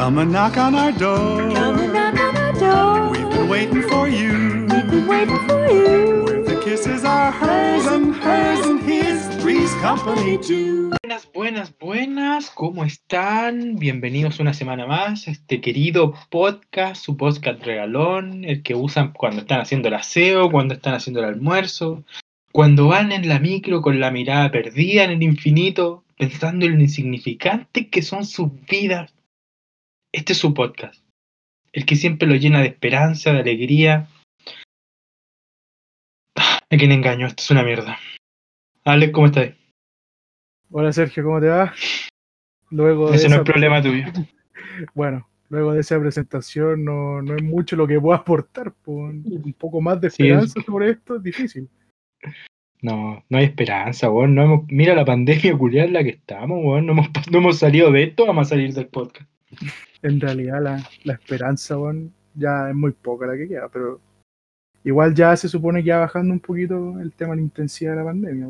Come and knock on our door. Come and knock on our door. We've been waiting for you. We've been waiting for you. Where the kisses are hers and his. Three's company too. Buenas, ¿cómo están? Bienvenidos una semana más a este querido podcast, su podcast regalón, el que usan cuando están haciendo el aseo, cuando están haciendo el almuerzo, cuando van en la micro con la mirada perdida en el infinito, pensando en lo insignificantes que son sus vidas. Este es su podcast, el que siempre lo llena de esperanza, de alegría. ¿A quién engaño? Esto es una mierda. Alex, ¿cómo estás? Hola Sergio, ¿cómo te va? Ese no es problema tuyo. Bueno, luego de esa presentación no es mucho lo que puedo aportar. Un poco más de esperanza sobre esto es difícil. No hay esperanza, weón. Mira la pandemia culiada en la que estamos, weón. No hemos salido de esto, vamos a salir del podcast. En realidad la esperanza, ya es muy poca la que queda, pero igual ya se supone que va bajando un poquito el tema de la intensidad de la pandemia,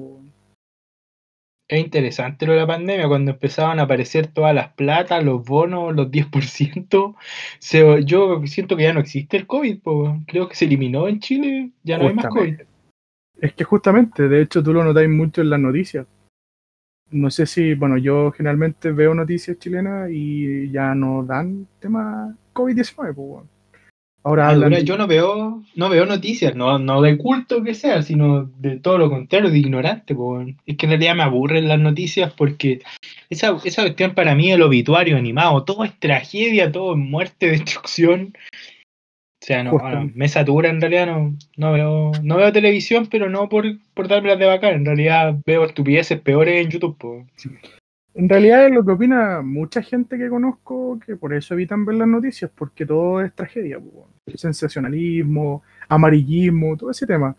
Es interesante lo de la pandemia, cuando empezaban a aparecer todas las platas, los bonos, los 10%. Yo siento que ya no existe el COVID, creo que se eliminó en Chile, ya no hay más COVID. Es que justamente, de hecho tú lo notáis mucho en las noticias. No sé si, yo generalmente veo noticias chilenas y ya no dan tema COVID-19, Ahora yo no veo noticias, no de culto que sea, sino de todo lo contrario, de ignorante, Es que en realidad me aburren las noticias porque esa cuestión para mí es el obituario animado, todo es tragedia, todo es muerte, destrucción. O sea, me satura en realidad, no veo televisión, pero no por dármelas de bacán, en realidad veo estupideces peores en YouTube, En realidad es lo que opina mucha gente que conozco, que por eso evitan ver las noticias, porque todo es tragedia, sensacionalismo, amarillismo, todo ese tema.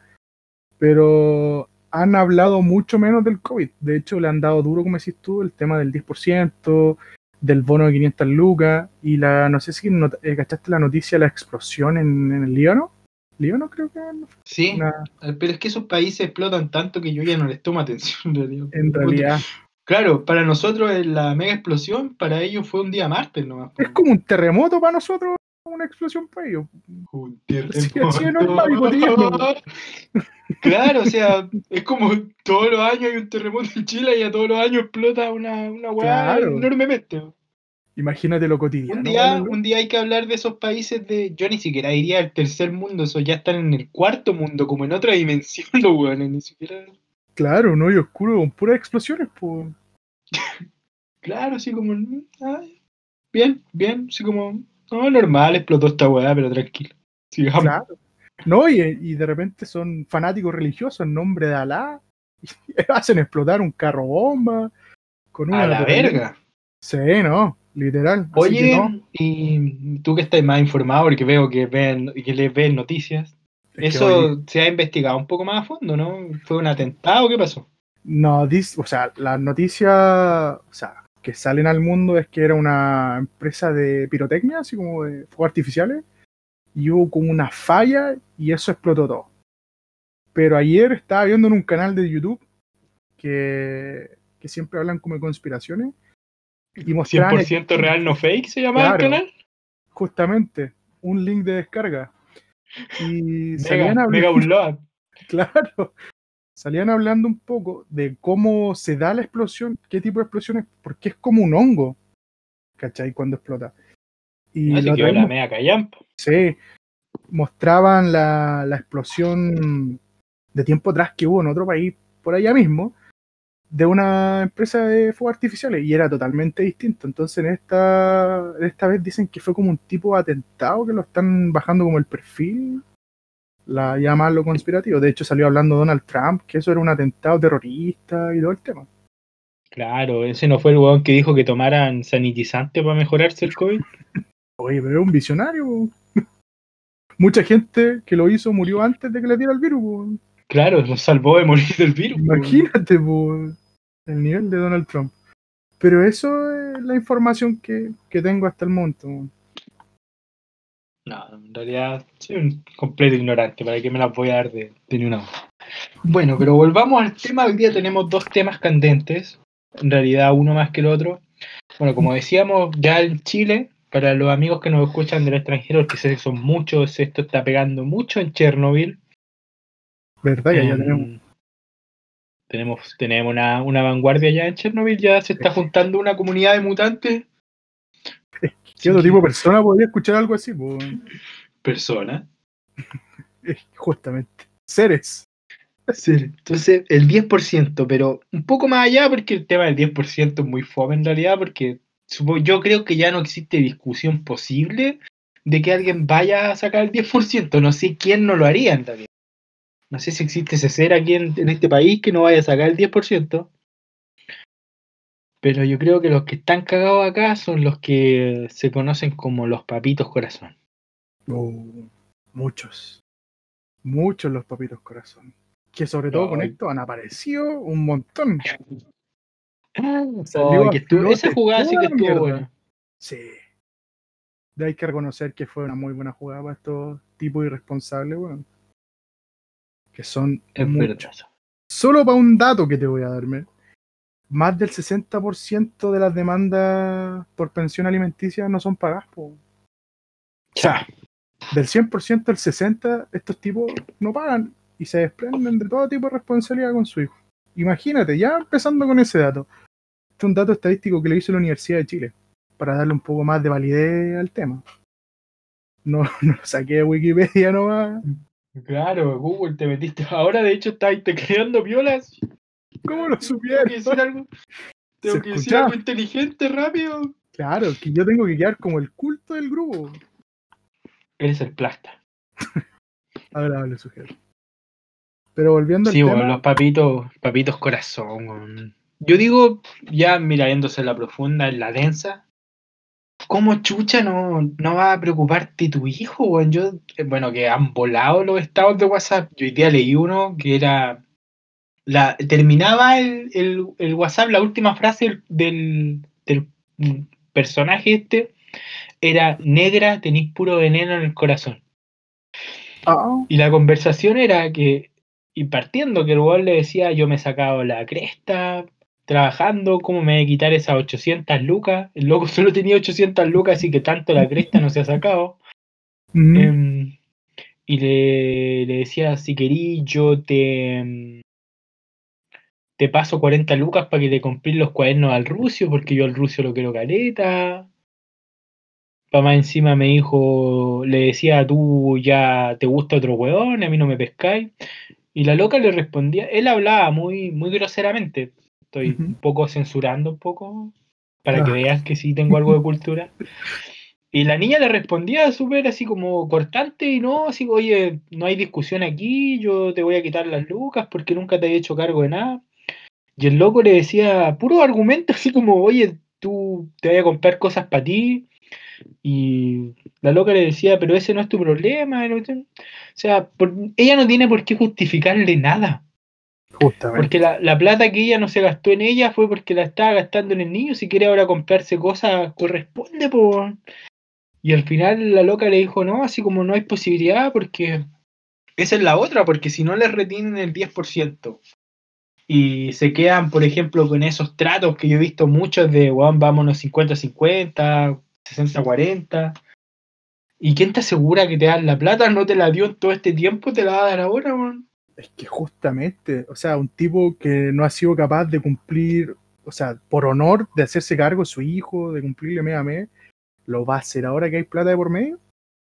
Pero han hablado mucho menos del COVID. De hecho, le han dado duro, como decís tú, el tema del 10%, del bono de 500 lucas, y no sé si cachaste la noticia de la explosión en el Líbano. ¿Líbano creo que? Sí, pero es que esos países explotan tanto que yo ya no les tomo atención. En realidad. Claro, para nosotros es la mega explosión, para ellos fue un día martes nomás. Es como un terremoto para nosotros, una explosión para ellos. Un terremoto. Sí, normal y cotidiano. Claro, o sea, es como todos los años hay un terremoto en Chile y a todos los años explota una hueá enormemente. Imagínate lo cotidiano. Un día hay que hablar de esos países yo ni siquiera diría el tercer mundo, esos ya están en el cuarto mundo, como en otra dimensión los hueones, ni siquiera... Claro, un hoyo oscuro con puras explosiones, pues. Claro, así como... Bien, así como... No, normal, explotó esta weá, pero tranquilo. Sigamos. Claro. No, y de repente son fanáticos religiosos en nombre de Alá. Y hacen explotar un carro bomba. Con una a la verga. Sí, no, literal. Oye, y tú que estás más informado, porque veo que les ven noticias. Eso se ha investigado un poco más a fondo, ¿no? ¿Fue un atentado? ¿Qué pasó? No, las noticias, que salen al mundo es que era una empresa de pirotecnia, así como de fuegos artificiales, y hubo como una falla y eso explotó todo. Pero ayer estaba viendo en un canal de YouTube que siempre hablan como de conspiraciones y mostraban 100% real, no fake, se llamaba el canal. Justamente, un link de descarga. Y mega upload. Claro. Salían hablando un poco de cómo se da la explosión, qué tipo de explosiones, porque es como un hongo, ¿cachai? Cuando explota. Y no, quedó la mega callampa. Sí, mostraban la explosión de tiempo atrás que hubo en otro país, por allá mismo, de una empresa de fuegos artificiales, y era totalmente distinto. Entonces esta vez dicen que fue como un tipo de atentado, que lo están bajando como el perfil, llamarlo conspirativo. De hecho salió hablando Donald Trump que eso era un atentado terrorista y todo el tema. Claro, ese no fue el huevón que dijo que tomaran sanitizante para mejorarse el COVID. Oye, pero es un visionario. Mucha gente que lo hizo murió antes de que le diera el virus. Claro, nos salvó de morir del virus. Imagínate el nivel de Donald Trump. Pero eso es la información que tengo hasta el momento. No, en realidad soy un completo ignorante, ¿para qué me las voy a dar de ni una? Bueno, pero volvamos al tema. Hoy día tenemos dos temas candentes, en realidad uno más que el otro. Bueno, como decíamos, ya en Chile para los amigos que nos escuchan del extranjero, que sé que son muchos, esto está pegando mucho en Chernobyl. ¿Verdad que ya tenemos? Tenemos una vanguardia ya en Chernobyl, ya se está juntando una comunidad de mutantes. ¿Qué otro tipo de persona podría escuchar algo así? Po? Persona. Justamente. Seres. Sí. Entonces, el 10%, pero un poco más allá, porque el tema del 10% es muy fome en realidad, porque yo creo que ya no existe discusión posible de que alguien vaya a sacar el 10%. No sé quién no lo haría en realidad. No sé si existe ese ser aquí en este país que no vaya a sacar el 10%. Pero yo creo que los que están cagados acá son los que se conocen como los papitos corazón. Muchos. Muchos los papitos corazón. Que sobre todo con esto han aparecido un montón. Salió a esa flote jugada sí toda que la estuvo mierda. buena. Sí. Hay que reconocer que fue una muy buena jugada para estos tipos irresponsables, weón. Que son Es muchos. verdad. Solo para un dato que te voy a darme. Más del 60% de las demandas por pensión alimenticia no son pagadas, po. O sea, del 100% el 60% estos tipos no pagan y se desprenden de todo tipo de responsabilidad con su hijo. Imagínate, ya empezando con ese dato. Este es un dato estadístico que lo hizo la Universidad de Chile para darle un poco más de validez al tema. No lo saqué de Wikipedia nomás. Claro, Google, te metiste. Ahora, de hecho, estáis tecleando violas. ¿Cómo lo Tengo supieron? que decir algo. Se Tengo que decir algo escuchaba. inteligente, rápido. Claro, que yo tengo que quedar como el culto del grupo. Eres el plasta. Agradable sujeto. Pero volviendo al Sí, bueno, tema. los papitos corazón. Weón. Yo digo, ya mira, yéndose en la profunda, en la densa, ¿cómo chucha no va a preocuparte tu hijo, weón? Bueno, que han volado los estados de WhatsApp. Yo hoy día leí uno que era. Terminaba el WhatsApp, la última frase del personaje este era: negra, tenéis puro veneno en el corazón. Y la conversación era que, y partiendo que el weón le decía: yo me he sacado la cresta trabajando, ¿cómo me voy a quitar esas 800 lucas? El loco solo tenía 800 lucas, así que tanto la cresta no se ha sacado. Y le decía: si querís, yo te paso 40 lucas para que te compres los cuadernos al Rucio, porque yo al Rucio lo quiero caleta. Más encima me dijo, le decía: tú ya te gusta otro weón, a mí no me pescáis. Y la loca le respondía, él hablaba muy, muy groseramente. Estoy un poco censurando un poco, para que veas que sí tengo algo de cultura. Y la niña le respondía súper así como cortante y no, así, oye, no hay discusión aquí, yo te voy a quitar las lucas porque nunca te he hecho cargo de nada. Y el loco le decía puro argumento así como, oye, tú te voy a comprar cosas para ti. Y la loca le decía, pero ese no es tu problema. ¿No? O sea, ella no tiene por qué justificarle nada. Porque Justamente. la plata que ella no se gastó en ella fue porque la estaba gastando en el niño. Si quiere ahora comprarse cosas, corresponde, por. Y al final la loca le dijo, no, así como no hay posibilidad, porque esa es la otra, porque si no les retienen el 10%. Y se quedan, por ejemplo, con esos tratos que yo he visto muchos de, bueno, vámonos 50-50, 60-40. ¿Y quién te asegura que te dan la plata? ¿No te la dio en todo este tiempo? ¿Te la va a dar ahora, man? Es que justamente, o sea, un tipo que no ha sido capaz de cumplir, o sea, por honor de hacerse cargo de su hijo, de cumplirle mes a mes, ¿lo va a hacer ahora que hay plata de por medio?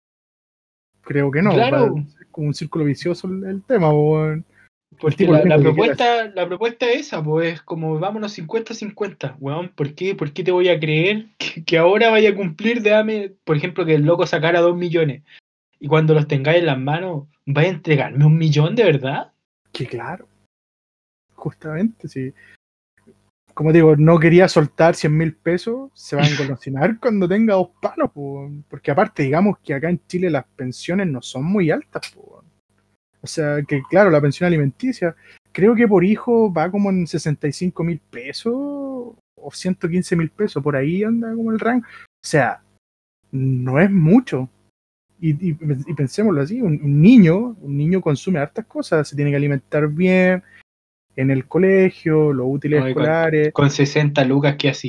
Creo que no, va a Claro, ser como un círculo vicioso el tema, weón. El porque tipo lo único que quiere hacer. la propuesta es esa, pues, como vámonos 50-50, weón. ¿Por qué te voy a creer que ahora vaya a cumplir de dame, por ejemplo, que el loco sacara 2 millones y cuando los tengáis en las manos, vaya a entregarme 1 millón de verdad? Que claro, justamente, sí. Como digo, no quería soltar 100.000 pesos, se va a engolosinar cuando tenga 2 palos, po. Porque aparte, digamos que acá en Chile las pensiones no son muy altas, po. O sea, que claro, la pensión alimenticia, creo que por hijo va como en 65.000 pesos o 115.000 pesos, por ahí anda como el rango. O sea, no es mucho. Y pensémoslo así, un niño consume hartas cosas, se tiene que alimentar bien, en el colegio, los útiles Ay, escolares. con 60 lucas, que así.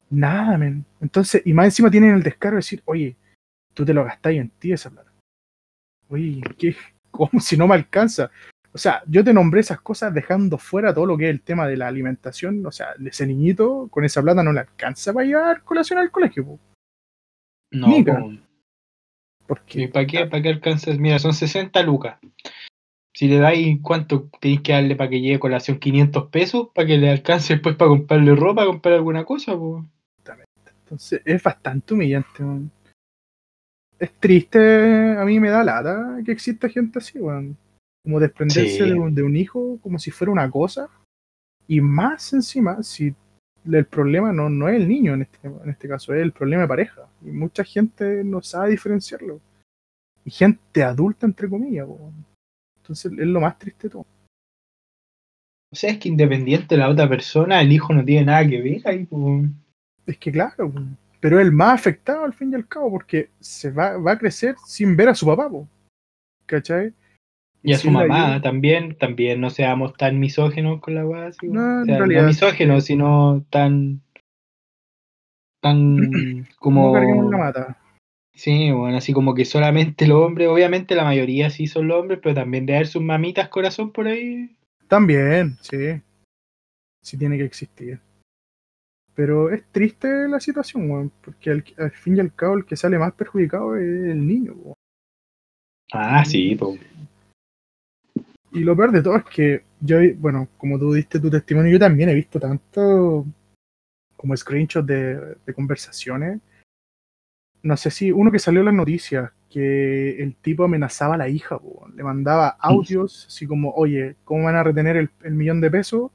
Nada, men. Entonces, y más encima tienen el descaro de decir, oye, tú te lo gastáis en ti esa plata. Oye, ¿qué? ¿Cómo si no me alcanza? O sea, yo te nombré esas cosas dejando fuera todo lo que es el tema de la alimentación. O sea, ese niñito con esa plata no le alcanza para llevar colación al colegio, po. No, Nica, pues. ¿Y porque para qué? ¿Para qué alcanzas? Mira, son 60 lucas. Si le dais, ¿cuánto tenéis que darle para que llegue colación? 500 pesos, para que le alcance después para comprarle ropa, comprar alguna cosa, pues. entonces es bastante humillante, man. Es triste, a mí me da lata que exista gente así, weón. Como desprenderse Sí. de un hijo como si fuera una cosa. Y más encima, si el problema no es el niño en este caso, es el problema de pareja. Y mucha gente no sabe diferenciarlo. Y gente adulta, entre comillas, po. Entonces es lo más triste de todo. O sea, es que independiente de la otra persona, el hijo no tiene nada que ver ahí, pues. Es que claro, po, pero es el más afectado al fin y al cabo, porque va a crecer sin ver a su papá, po, ¿cachai? Y Y a si su él le ayuda, mamá también no seamos tan misógenos con la weá, así, weón. no, O en sea, no realidad, misógenos, sino tan no carguemos la como, mata. sí, bueno, así como que solamente los hombres, obviamente la mayoría sí son los hombres, pero también debe haber sus mamitas corazón por ahí. También, sí, sí tiene que existir. Pero es triste la situación, weón, porque al fin y al cabo el que sale más perjudicado es el niño, weón. Ah, sí, pues. Y lo peor de todo es que yo, bueno, como tú diste tu testimonio, yo también he visto tanto como screenshots de conversaciones. No sé si uno que salió en las noticias, que el tipo amenazaba a la hija, po, le mandaba audios así como, oye, ¿cómo van a retener el millón de pesos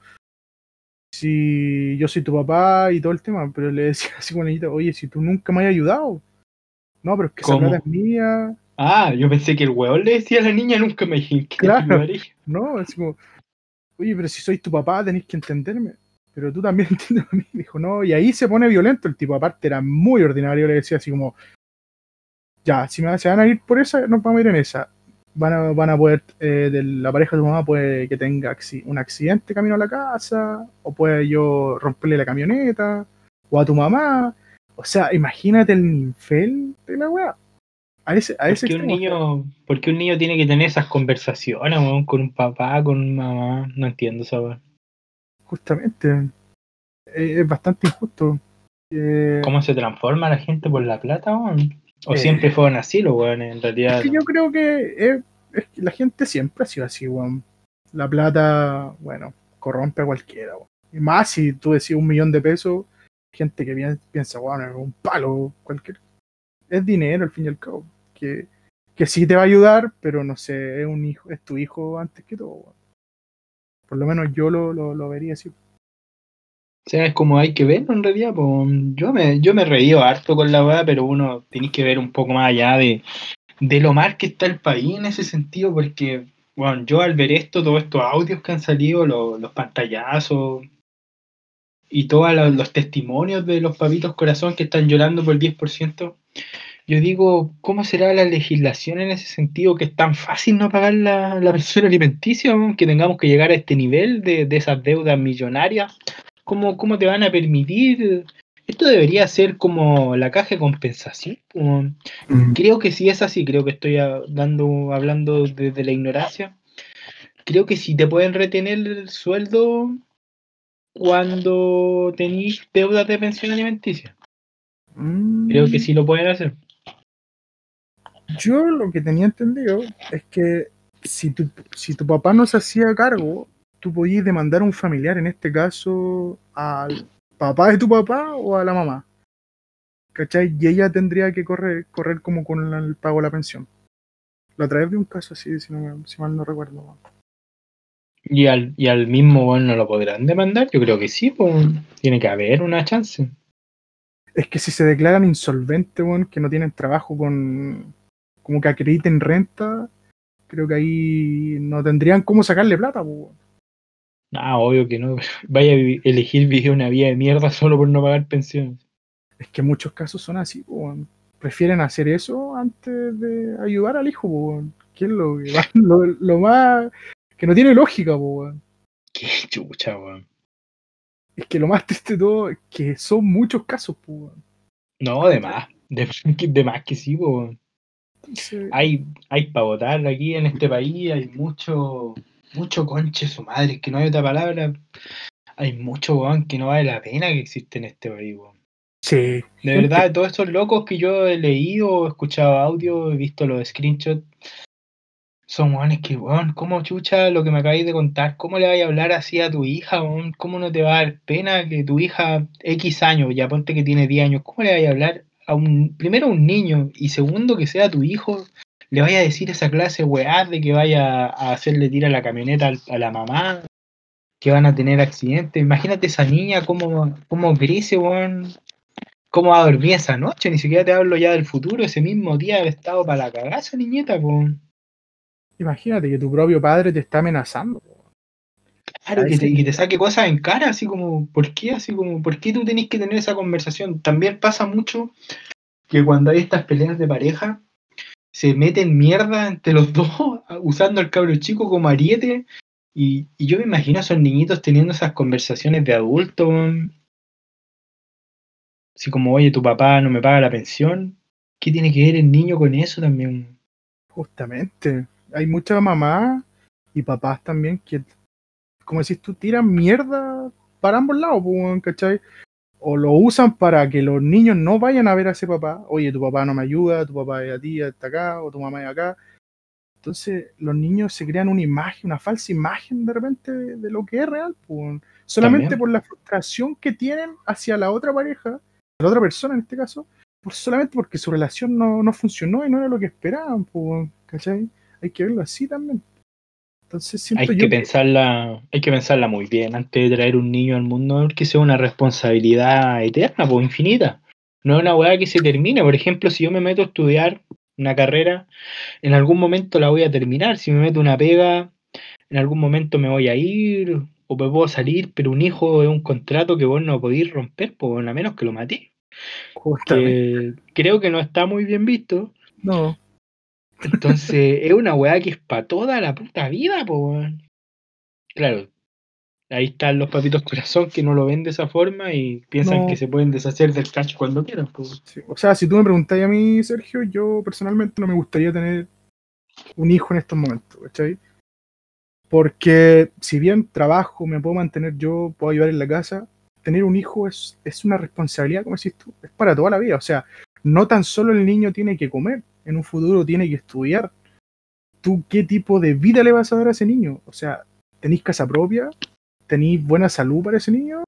si yo soy tu papá y todo el tema? Pero le decía así como niñita, oye, si tú nunca me has ayudado. No, pero es que esa plata es ¿Cómo? mía. Ah, yo pensé que el weón le decía a la niña, nunca me dijiste que te Claro, ayudaré. no, es como, oye, pero si soy tu papá tenés que entenderme. Pero tú también entiendes a mí. Dijo, no, y ahí se pone violento el tipo. Aparte era muy ordinario, le decía así como, ya, si se van a ir por esa, nos vamos a ir en esa. Van a poder, de la pareja de tu mamá puede que tenga un accidente camino a la casa, o puede yo romperle la camioneta, o a tu mamá. O sea, imagínate el nivel de la weá. A ese extremo está. ¿Por qué un niño tiene que tener esas conversaciones, weón, con un papá, con una mamá? No entiendo esa weón. Justamente. Es bastante injusto. Eh, ¿Cómo se transforma la gente por la plata, weón? ¿O eh, siempre fueron así los weones, en es realidad? que yo creo que es que la gente siempre ha sido así, weón. La plata, bueno, corrompe a cualquiera, weón. Y más si tú decís 1 millón de pesos, gente que piensa, weón, es un palo, cualquier. Es dinero al fin y al cabo. Que sí te va a ayudar, pero no sé, es un hijo, es tu hijo antes que todo, weón. Por lo menos yo lo vería así. O sea, es como hay que verlo en realidad, pues. Yo me he reído harto con la weá, pero uno tiene que ver un poco más allá de lo mal que está el país en ese sentido, porque, bueno, yo al ver esto, todos estos audios que han salido, los pantallazos y todos los testimonios de los papitos corazón que están llorando por el 10%, yo digo, ¿cómo será la legislación en ese sentido que es tan fácil no pagar la pensión alimenticia, weón? Que tengamos que llegar a este nivel de esas deudas millonarias? ¿Cómo te van a permitir? Esto debería ser como la caja de compensación, weón. Mm. Creo que si es así, creo que estoy hablando desde la ignorancia. Creo que sí te pueden retener el sueldo cuando tenéis deudas de pensión alimenticia. Creo que Mm, sí lo pueden hacer. Yo lo que tenía entendido es que si tu papá no se hacía cargo, tú podías demandar a un familiar, en este caso al papá de tu papá o a la mamá, ¿cachai? Y ella tendría que correr como con el pago de la pensión. La otra vez vi un caso así, si mal no recuerdo. Y al mismo bueno, no lo podrán demandar. Yo creo que sí, pues tiene que haber una chance. Es que si se declaran insolventes, weón, que no tienen trabajo como que acrediten renta, creo que ahí no tendrían cómo sacarle plata, pues, weón. Ah, obvio que no. Vaya a elegir vivir una vida de mierda solo por no pagar pensiones. Es que muchos casos son así, po, weón. Prefieren hacer eso antes de ayudar al hijo, po, weón. Que es lo, que lo más que no tiene lógica, po, weón. Qué chucha, weón. Es que lo más triste de todo es que son muchos casos, pues, weón. No, de más. De más que sí, po. Entonces, Hay para votar aquí en este país, hay mucho conche su madre, que no hay otra palabra. Hay mucho weón que no vale la pena que existe en este país, weón. sí, De gente, verdad, todos estos locos que yo he leído, he escuchado audio, he visto los screenshots, son weones que, weón, ¿cómo chucha lo que me acabáis de contar? ¿Cómo le vais a hablar así a tu hija, weón? ¿Cómo no te va a dar pena que tu hija, X años, ya ponte que tiene 10 años, ¿cómo le vais a hablar a primero a un niño y segundo que sea tu hijo? Le vaya a decir esa clase de weá de que vaya a hacerle tira la camioneta a la mamá, que van a tener accidentes. Imagínate esa niña, cómo crece, weón. ¿Cómo va a dormir esa noche? Ni siquiera te hablo ya del futuro. Ese mismo día haber estado para la cagada esa niñeta, weón. imagínate que tu propio padre te está amenazando, po, Claro, a ese que te nivel. saque cosas en cara, así como, ¿por qué? Así como, ¿por qué tú tenés que tener esa conversación? También pasa mucho que cuando hay estas peleas de pareja, se meten mierda entre los dos, usando al cabro chico como ariete, y yo me imagino a esos niñitos teniendo esas conversaciones de adultos, weón. Así como, oye, tu papá no me paga la pensión, ¿qué tiene que ver el niño con eso también? Justamente, hay muchas mamás y papás también que, como decís tú, tiran mierda para ambos lados, po, weón, ¿cachai? O lo usan para que los niños no vayan a ver a ese papá. Oye, tu papá no me ayuda, tu papá es a ti, está acá, o tu mamá es acá. Entonces, los niños se crean una imagen, una falsa imagen de repente de lo que es real, po, weón. Solamente También. por la frustración que tienen hacia la otra pareja, la otra persona en este caso, solamente porque su relación no funcionó y no era lo que esperaban, po, weón, ¿cachai? Hay que verlo así también. Entonces siento yo que, Hay que pensarla muy bien antes de traer un niño al mundo, porque sea una responsabilidad eterna, pues infinita. No es una weá que se termine. Por ejemplo, si yo me meto a estudiar una carrera, en algún momento la voy a terminar. Si me meto una pega, en algún momento me voy a ir o me puedo salir, pero un hijo es un contrato que vos no podéis romper, pues a menos que lo matéis. justamente, Que creo que no está muy bien visto. no, Entonces, es una weá que es para toda la puta vida, pues. Claro, ahí están los papitos corazón que no lo ven de esa forma y piensan que no. se pueden deshacer del cacho cuando quieran, pues. Sí. O sea, si tú me preguntáis a mí, Sergio, yo personalmente no me gustaría tener un hijo en estos momentos, ¿cachai? Porque si bien trabajo, me puedo mantener yo, puedo ayudar en la casa, tener un hijo es una responsabilidad, como decís tú, es para toda la vida. O sea, no tan solo el niño tiene que comer, en un futuro tiene que estudiar. ¿Tú qué tipo de vida le vas a dar a ese niño? O sea, ¿tenéis casa propia? ¿Tenéis buena salud para ese niño?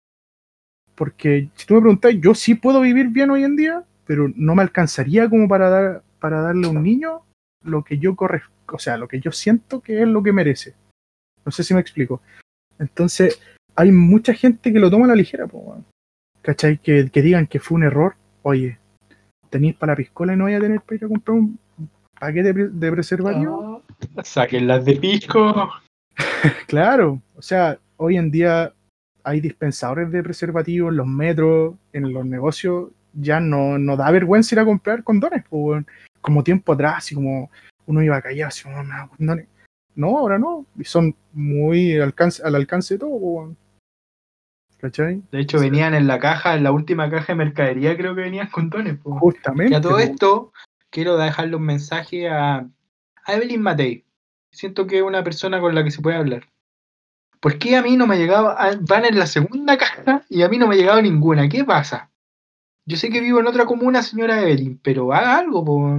Porque si tú me preguntas, yo sí puedo vivir bien hoy en día, pero no me alcanzaría como para darle a un niño lo que yo o sea, lo que yo siento que es lo que merece. No sé si me explico. Entonces, hay mucha gente que lo toma a la ligera, po, weón. ¿Cachai? Que digan que fue un error. Oye, tenéis para la piscola y no voy a tener para ir a comprar un paquete de preservativo. Ah, sáquenlas de pisco. Claro, o sea, hoy en día hay dispensadores de preservativos en los metros, en los negocios, ya no da vergüenza ir a comprar condones, pues, weón. Como tiempo atrás, y como uno iba a callar, así, "Oh, no, condones". No, ahora no, y son muy al alcance de todo, pues, weón. ¿Cachai? De hecho, Entonces, venían en la caja, en la última caja de mercadería, creo que venían condones, pues. Que a justamente, todo pues, esto, quiero dejarle un mensaje a Evelyn Matei. Siento que es una persona con la que se puede hablar. ¿Por qué a mí no me ha llegado? Van en la segunda caja y a mí no me ha llegado ninguna. ¿Qué pasa? Yo sé que vivo en otra comuna, señora Evelyn, pero haga algo, pues.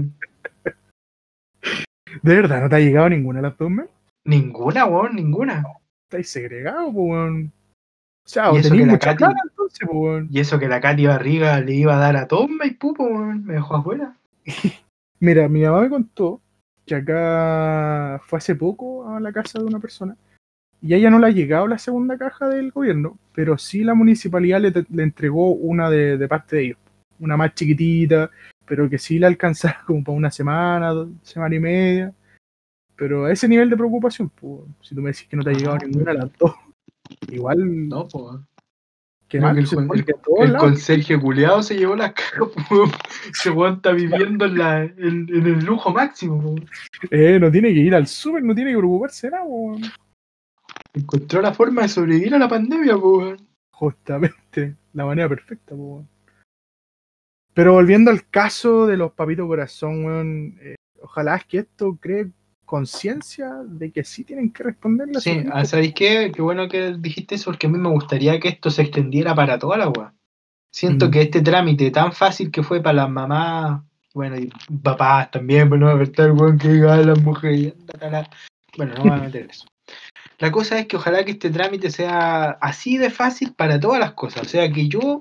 de verdad, ¿no te ha llegado ninguna de las dos, men? Ninguna, weón, ninguna. Estáis segregados, pues, weón. O sea, Y o eso tenéis que la mucha plata, Katy, entonces, pues, weón. y eso que la Katy Barriga le iba a dar a todo Maipú, po, weón, me dejó afuera. Mira, mi mamá me contó que acá fue hace poco a la casa de una persona y a ella no le ha llegado la segunda caja del gobierno, pero sí la municipalidad le entregó una de parte de ellos, una más chiquitita, pero que sí la alcanzaba como para una semana, semana y media. Pero a ese nivel de preocupación, pues, si tú me decís que no te ha llegado ninguna de las dos, igual, No, pues. qué No, mal, que pues se supone que a todos el lados. conserje culiado se llevó las cajas, po. Ese weón está viviendo en el lujo máximo, po. No tiene que ir al súper, no tiene que preocuparse de nada, pues. Encontró la forma de sobrevivir a la pandemia, po, weón. Justamente, la manera perfecta, po, weón. Pero volviendo al caso de los papitos corazón, weón, ojalá es que esto cree conciencia de que sí tienen que responderle a sus Sí, hijos. ¿sabéis qué? Qué bueno que dijiste eso, porque a mí me gustaría que esto se extendiera para toda la weá. Siento Mm. que este trámite tan fácil que fue para las mamás, bueno, y papás también, pero no va a estar weón que diga a las mujeres. Bueno, no me voy a meter en eso. La cosa es que ojalá que este trámite sea así de fácil para todas las cosas. O sea, que yo,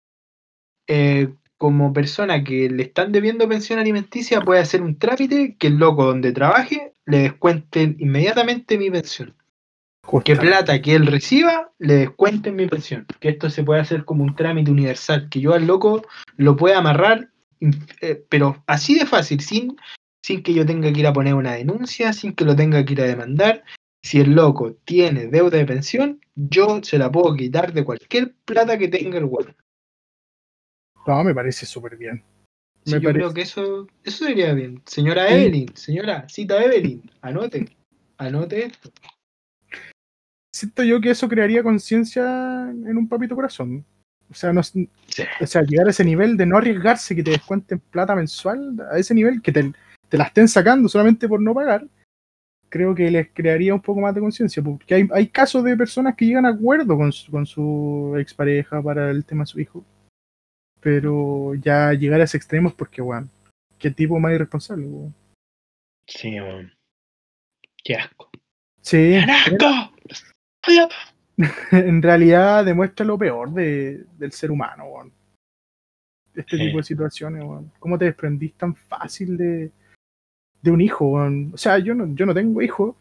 como persona que le están debiendo pensión alimenticia, pueda hacer un trámite que el loco donde trabaje le descuenten inmediatamente mi pensión. Que Justamente. plata que él reciba le descuenten mi pensión. Que esto se pueda hacer como un trámite universal. Que yo al loco lo pueda amarrar, pero así de fácil, sin que yo tenga que ir a poner una denuncia, sin que lo tenga que ir a demandar. Si el loco tiene deuda de pensión, yo se la puedo quitar de cualquier plata que tenga el weón. No, me parece súper bien. Sí, Me yo creo parece. que eso sería bien. Señora Sí, Evelyn, señora Cita Evelyn, anote esto. siento yo que eso crearía conciencia en un papito corazón. O sea, no, Sí. o sea, llegar a ese nivel de no arriesgarse que te descuenten plata mensual, a ese nivel que te la estén sacando solamente por no pagar, creo que les crearía un poco más de conciencia, porque hay casos de personas que llegan a acuerdo con su expareja para el tema de su hijo, pero ya llegar a ese extremo es porque, bueno, qué tipo más irresponsable, weón. Sí, weón. Qué asco. Sí, ¡Qué asco! Ay, en realidad demuestra lo peor del ser humano, weón. Este tipo sí. de situaciones, weón. ¿Cómo te desprendís tan fácil de un hijo, weón? O sea, yo no tengo hijos,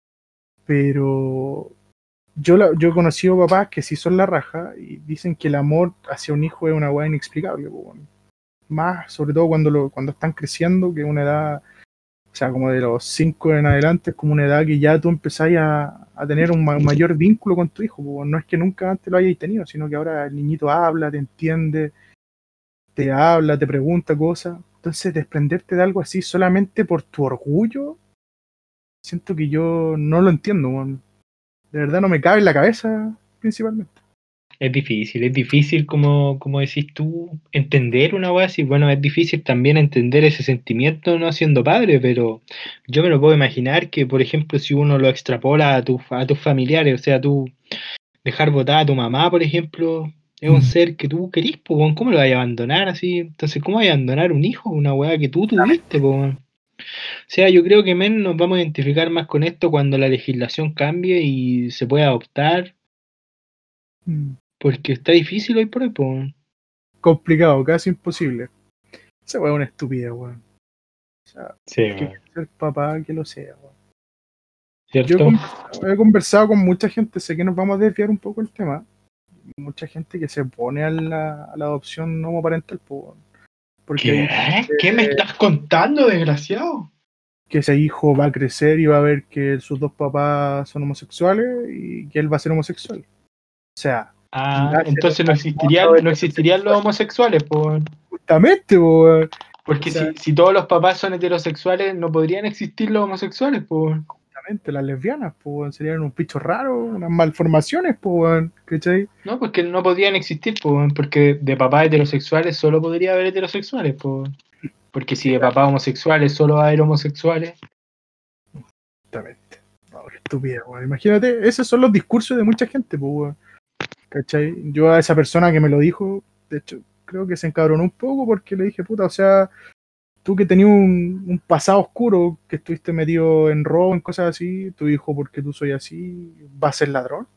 pero yo he conocido papás que sí son la raja y dicen que el amor hacia un hijo es una weá inexplicable, weón. Más, sobre todo cuando están creciendo, que es una edad, o sea, como de los 5 en adelante, es como una edad que ya tú empezás a tener un mayor vínculo con tu hijo, weón. No es que nunca antes lo hayáis tenido, sino que ahora el niñito habla, te entiende, te habla, te pregunta cosas. Entonces, desprenderte de algo así solamente por tu orgullo, siento que yo no lo entiendo, weón. De verdad no me cabe en la cabeza, principalmente. Es difícil como decís tú, entender una wea así. Bueno, es difícil también entender ese sentimiento no siendo padre, pero yo me lo puedo imaginar que, por ejemplo, si uno lo extrapola a tus familiares, o sea, tú dejar votar a tu mamá, por ejemplo, es un ser que tú querís, pues, weón, ¿cómo lo vas a abandonar así? Entonces, ¿cómo vas a abandonar un hijo, una weá que tú tuviste, pues, weón? O sea, yo creo que menos nos vamos a identificar más con esto cuando la legislación cambie y se pueda adoptar, Mm. porque está difícil hoy por hoy, pues, weón. Complicado, casi imposible. Esa weá es una estupidez, weón. O sea, Sí, el que weón. quiere ser papá, que lo sea, weón. Yo ¿Cierto? he conversado con mucha gente, sé que nos vamos a desviar un poco el tema. Mucha gente que se pone a la adopción homoparental, pues, weón. Porque ¿Qué? ¿Qué me estás contando, desgraciado? que ese hijo va a crecer y va a ver que sus dos papás son homosexuales y que él va a ser homosexual. O sea, Ah, nace en entonces un mundo no existirían los heterosexual, homosexuales, pues, weón. justamente, po, weón. O Porque sea, si todos los papás son heterosexuales, no podrían existir los homosexuales, pues, weón. justamente las lesbianas, po, weón, serían unos bichos raros, unas malformaciones, po, weón, ¿cachai? No, porque no podrían existir, pues, weón, porque de papás heterosexuales solo podría haber heterosexuales, pues, weón. Porque si de papás homosexuales solo va a haber homosexuales. Exactamente. No, qué estúpida, weón. Imagínate, esos son los discursos de mucha gente, pues, weón. ¿Cachai? Yo a esa persona que me lo dijo, de hecho, creo que se encabronó un poco porque le dije, puta, o sea, tú que tenías un pasado oscuro, que estuviste metido en robo, en cosas así, tu hijo, porque tú soy así, va a ser ladrón.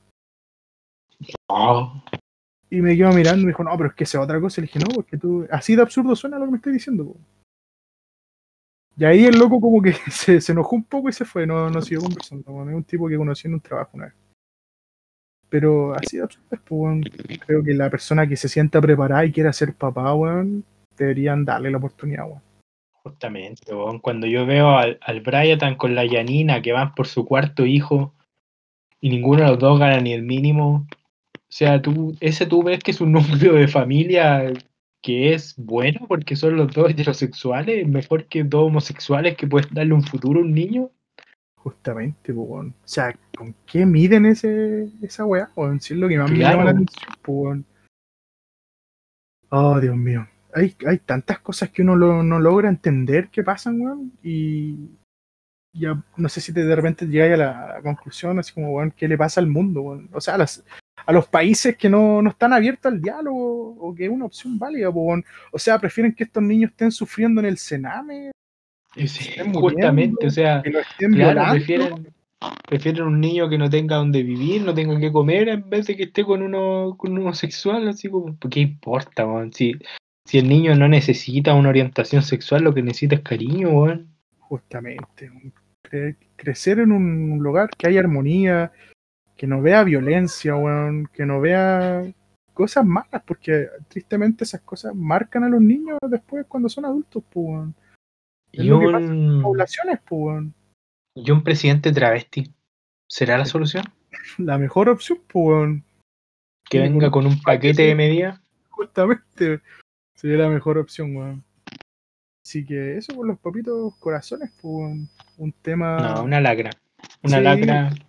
Oh, Y me quedó mirando y me dijo, no, pero es que esa es otra cosa. Y le dije, no, porque tú, así de absurdo suena lo que me estás diciendo, po. Y ahí el loco como que se enojó un poco y se fue, no siguió conversando, po. Es un tipo que conocí en un trabajo una vez. Pero así de absurdo es, po, weón. Creo que la persona que se sienta preparada y quiera ser papá, weón, deberían darle la oportunidad, weón. justamente, weón. Cuando yo veo al Brian con la Janina que van por su cuarto hijo y ninguno de los dos gana ni el mínimo. O sea, tú ves que es un núcleo de familia que es bueno porque son los dos heterosexuales, mejor que dos homosexuales que pueden darle un futuro a un niño. Justamente, pues, weón. O sea, ¿con qué miden esa weá, weón? Si es lo que más me llama la Claro. atención, pues, weón. Oh, Dios mío. Hay tantas cosas que uno no logra entender que pasan, weón. Y ya no sé si de repente llegáis a la conclusión, así como, weón, ¿qué le pasa al mundo, weón? O sea, a los países que no están abiertos al diálogo o que es una opción válida, pues, weón. O sea, prefieren que estos niños estén sufriendo en el Sename, que se Sí, estén justamente, o muriendo, sea, que lo estén claro, violando. prefieren un niño que no tenga donde vivir, no tenga que comer, en vez de que esté con un homosexual, así como, ¿qué importa, weón? Si el niño no necesita una orientación sexual, lo que necesita es cariño, weón. Justamente, crecer en un lugar que haya armonía, que no vea violencia, weón, que no vea cosas malas, porque tristemente esas cosas marcan a los niños después cuando son adultos, pues, weón. Es Y lo que pasa en las un, poblaciones, pues, weón. y un presidente travesti, ¿será la solución? La mejor opción, pues, weón, Que que con venga un con un paquete de paquete, medidas. justamente, sería la mejor opción, weón. Así que eso con los papitos corazones, pues, weón. Un No, tema, una lacra. Una sí, lacra,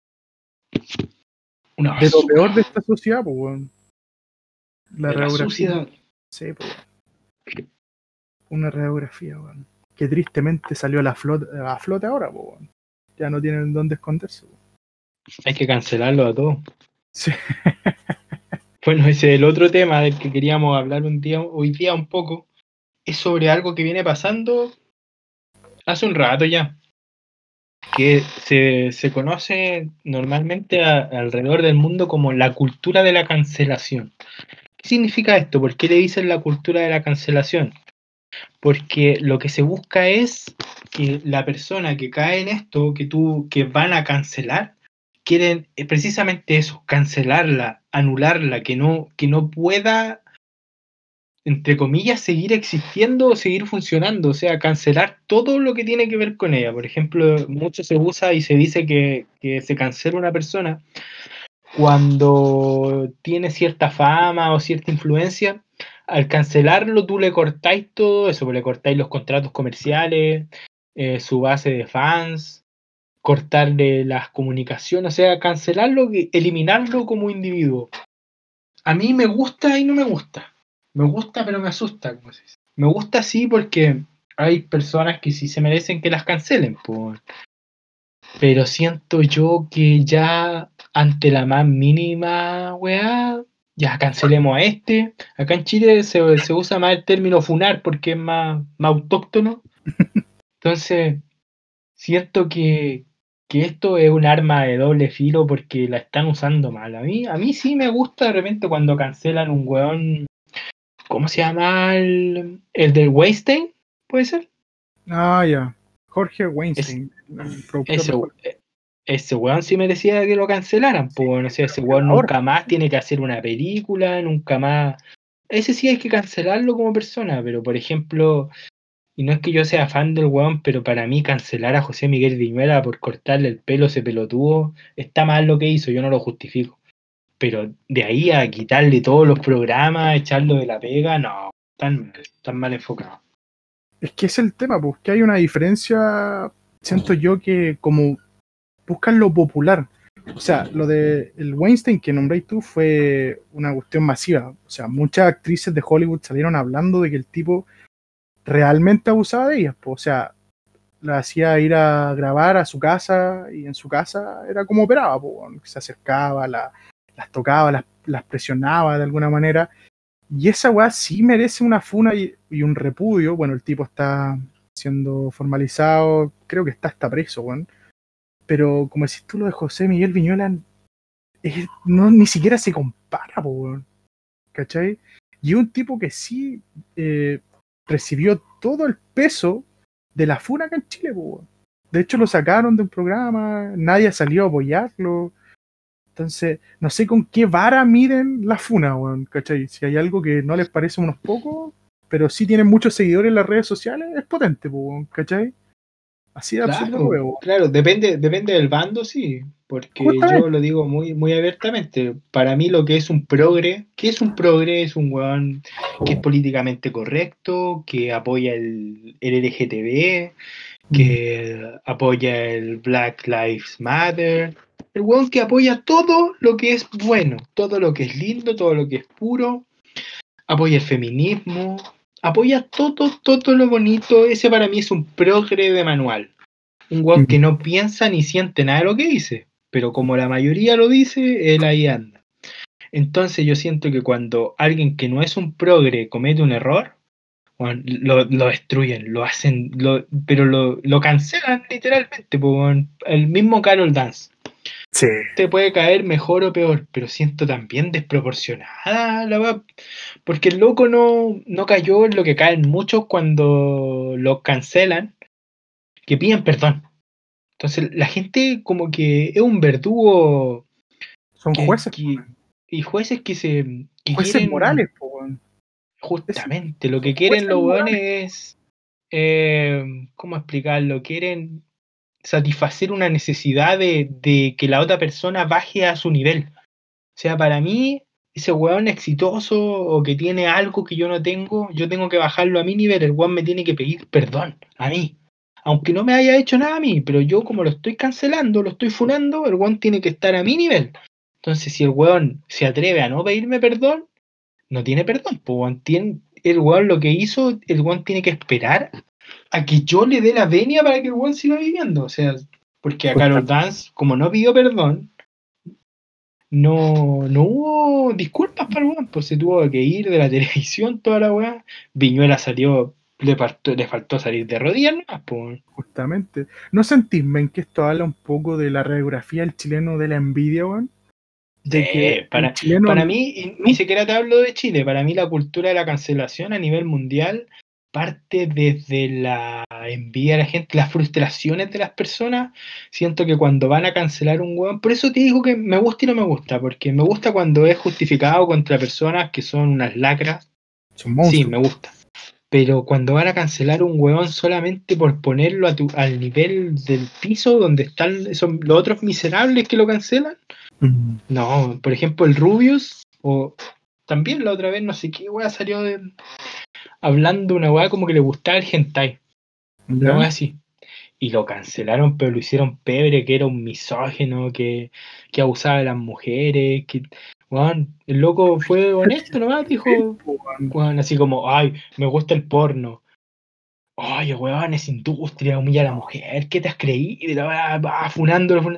una de lo basura peor de esta sociedad, pues, weón. La de la radiografía. suciedad. Sí, pues, una radiografía, weón. Que tristemente salió a flote ahora, pues, weón. Ya no tienen dónde esconderse, weón. Hay que cancelarlo a todos. Sí. Bueno, ese es el otro tema del que queríamos hablar hoy día un poco. Es sobre algo que viene pasando hace un rato ya, que se conoce normalmente alrededor del mundo como la cultura de la cancelación. ¿Qué significa esto? ¿Por qué le dicen la cultura de la cancelación? Porque lo que se busca es que la persona que cae en esto, que van a cancelar, quieren precisamente eso, cancelarla, anularla, que no pueda, entre comillas, seguir existiendo o seguir funcionando, o sea, cancelar todo lo que tiene que ver con ella. Por ejemplo, mucho se usa y se dice que se cancela una persona cuando tiene cierta fama o cierta influencia. Al cancelarlo, tú le cortáis todo eso, pues le cortáis los contratos comerciales, su base de fans, cortarle las comunicaciones, o sea, cancelarlo, eliminarlo como individuo. A mí me gusta y no me gusta. Me gusta, pero me asusta, como se dice. Me gusta sí porque hay personas que sí se merecen que las cancelen, pero siento yo que ya ante la más mínima weá, ya cancelemos a este. Acá en Chile se usa más el término funar porque es más autóctono. Entonces, siento que esto es un arma de doble filo porque la están usando mal. A mí sí me gusta de repente cuando cancelan un weón. ¿Cómo se llama el del Weinstein? ¿Puede ser? Ah, ya. Jorge Es, Weinstein, el productor ese, de Hollywood. ese weón sí merecía que lo cancelaran, Sí, pues bueno, o sea, pero ese weón violador. nunca más tiene que hacer una película, nunca más. Ese sí hay que cancelarlo como persona, pero por ejemplo, y no es que yo sea fan del weón, pero para mí cancelar a José Miguel Viñuela por cortarle el pelo a ese pelotudo, está mal lo que hizo, yo no lo justifico. Pero de ahí a quitarle todos los programas, echarlo de la pega, no, tan mal enfocado. Es que es el tema, pues que hay una diferencia, siento yo, que como buscan lo popular. O sea, lo de el Weinstein que nombréis tú fue una cuestión masiva. O sea, muchas actrices de Hollywood salieron hablando de que el tipo realmente abusaba de ellas. Pues, o sea, la hacía ir a grabar a su casa y en su casa era como operaba, pues, bueno, se acercaba, las tocaba, las presionaba de alguna manera. Y esa weá sí merece una funa y un repudio. Bueno, el tipo está siendo formalizado, creo que está preso, weón. Pero como decís tú, lo de José Miguel Viñuela no, ni siquiera se compara, po, weón. ¿Cachai? Y un tipo que sí recibió todo el peso de la funa acá en Chile, po, weón. De hecho, lo sacaron de un programa, nadie salió a apoyarlo. Entonces, no sé con qué vara miden la funa, weón, ¿cachai? Si hay algo que no les parece a unos pocos, pero sí tienen muchos seguidores en las redes sociales, es potente, weón, ¿cachai? Así de absurdo lo Claro, veo, weón. claro, depende del bando, sí, porque yo Justamente, lo digo muy abiertamente. Para mí lo que es un progre, ¿qué es un progre? Es un weón que es políticamente correcto, que apoya el LGTB, que apoya el Black Lives Matter, el weón que apoya todo lo que es bueno, todo lo que es lindo, todo lo que es puro, apoya el feminismo, apoya todo lo bonito. Ese para mí es un progre de manual, un weón que no piensa ni siente nada de lo que dice, pero como la mayoría lo dice, él ahí anda. Entonces yo siento que cuando alguien que no es un progre comete un error, bueno, lo destruyen, lo hacen, pero lo cancelan literalmente. Por el mismo Carol Dance. Sí. Te puede caer mejor o peor, pero siento también desproporcionada la weá, porque el loco no cayó en lo que caen muchos cuando lo cancelan, que piden perdón. Entonces la gente como que es un verdugo Son jueces, y jueces que jueces quieren morales, po, weón. justamente lo que Son quieren jueces los morales. weones es ¿cómo explicarlo? Quieren satisfacer una necesidad de que la otra persona baje a su nivel. O sea, para mí, ese weón exitoso o que tiene algo que yo no tengo, yo tengo que bajarlo a mi nivel. El weón me tiene que pedir perdón a mí. Aunque no me haya hecho nada a mí, pero yo como lo estoy cancelando, lo estoy funando, el weón tiene que estar a mi nivel. Entonces, si el weón se atreve a no pedirme perdón, no tiene perdón. Pues, weón, el weón lo que hizo, el weón tiene que esperar a que yo le dé la venia para que el weón siga viviendo. O sea, porque a Carol Dance, como no pidió perdón, no hubo disculpas para el weón, pues se tuvo que ir de la televisión toda la weá. Viñuela salió, le faltó salir de rodillas nomás, pues. Justamente. ¿No sentís, men, que esto habla un poco de la radiografía del chileno de la envidia, weón? De que el Para chileno mí, ni siquiera te hablo de Chile, para mí la cultura de la cancelación a nivel mundial parte desde la envidia de la gente, las frustraciones de las personas. Siento que cuando van a cancelar un weón, por eso te digo que me gusta y no me gusta, porque me gusta cuando es justificado contra personas que son unas lacras, son monstruos. sí, me gusta. Pero cuando van a cancelar un weón solamente por ponerlo al nivel del piso donde están los otros miserables que lo cancelan, no, por ejemplo el Rubius, o también la otra vez no sé qué weá salió hablando una weá como que le gustaba el hentai, una weá así. Y lo cancelaron, pero lo hicieron pebre, que era un misógino, que abusaba de las mujeres, que weón, el loco fue honesto nomás, dijo, weón, así como, ay, me gusta el porno. Oye, weón, es industria, humilla a la mujer, ¿qué te has creído? Va funándolo.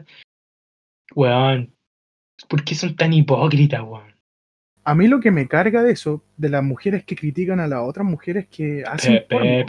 Weón, ¿por qué son tan hipócritas, weón? A mí lo que me carga de eso, de las mujeres que critican a las otras mujeres que hacen porno,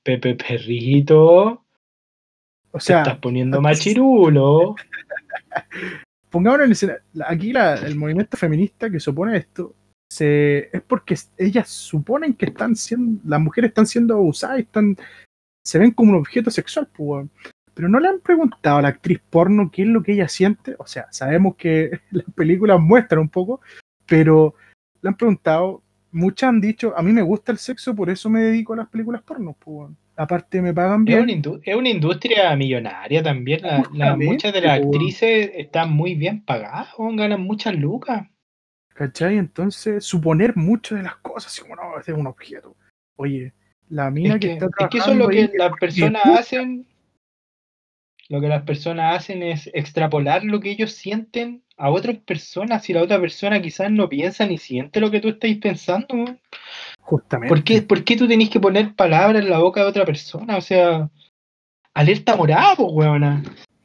Perrito, o te sea, estás poniendo machirulo. pongámonos en escena, aquí el movimiento feminista que se opone a esto es porque ellas suponen que las mujeres están siendo abusadas y se ven como un objeto sexual, pues, weón. Pero no le han preguntado a la actriz porno qué es lo que ella siente. O sea, sabemos que las películas muestran un poco, pero le han preguntado. Muchas han dicho, a mí me gusta el sexo, por eso me dedico a las películas porno, pues, weón. Aparte me pagan bien. Es una industria millonaria también. Muchas de Justamente, las pues, weón. actrices están muy bien pagadas, weón, ganan muchas lucas. ¿Cachai? Entonces, suponer mucho de las cosas, así como no, este es un objeto. Oye, la mina que está Es que eso es lo trabajando que ahí las porque personas gusta. hacen. Lo que las personas hacen es extrapolar lo que ellos sienten a otras personas y la otra persona quizás no piensa ni siente lo que tú estás pensando, weón. Justamente. ¿Por qué tú tenés que poner palabras en la boca de otra persona? O sea, alerta morada, pues, weona.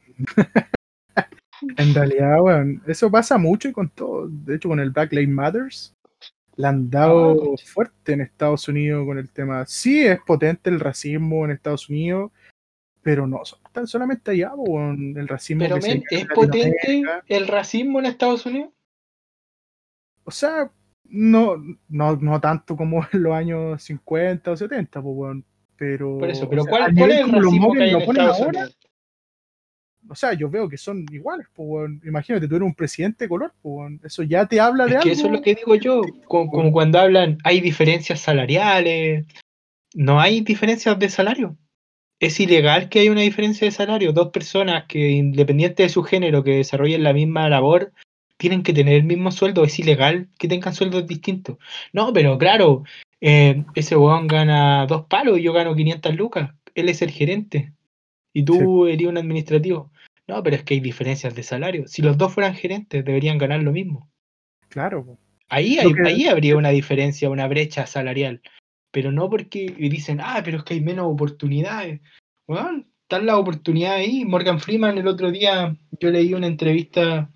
En realidad, weón, eso pasa mucho y con todo. De hecho, con el Black Lives Matters, le han dado fuerte en Estados Unidos con el tema. Sí, es potente el racismo en Estados Unidos, pero no tan solamente allá, weón, el racismo Pero, que se men, vive ¿es en potente Latinoamérica. el racismo en Estados Unidos? O sea, no tanto como en los años 50 o 70, pues, weón. Pero, Por eso, o pero sea, al ¿cuál nivel es el como lo racismo que mueven, hay en lo ponen Estados ahora, Unidos? o sea, yo veo que son iguales, pues, weón. Imagínate, tú eres un presidente de color, pues, weón. Eso ya te habla de Es que eso es lo algo. que digo yo, como Weón. cuando hablan, hay diferencias salariales, no hay diferencias de salario. Es ilegal que haya una diferencia de salario. Dos personas que, independiente de su género, que desarrollen la misma labor, tienen que tener el mismo sueldo. Es ilegal que tengan sueldos distintos. No, pero claro, ese weón gana 2 palos y yo gano 500 lucas. Él es el gerente. y tú eres un administrativo. No, pero es que hay diferencias de salario. Si los dos fueran gerentes, deberían ganar lo mismo. Claro, po. Ahí, Lo que- ahí habría una diferencia, una brecha salarial. Pero no porque dicen, pero es que hay menos oportunidades. Bueno, están las oportunidades ahí. Morgan Freeman el otro día, yo veía una entrevista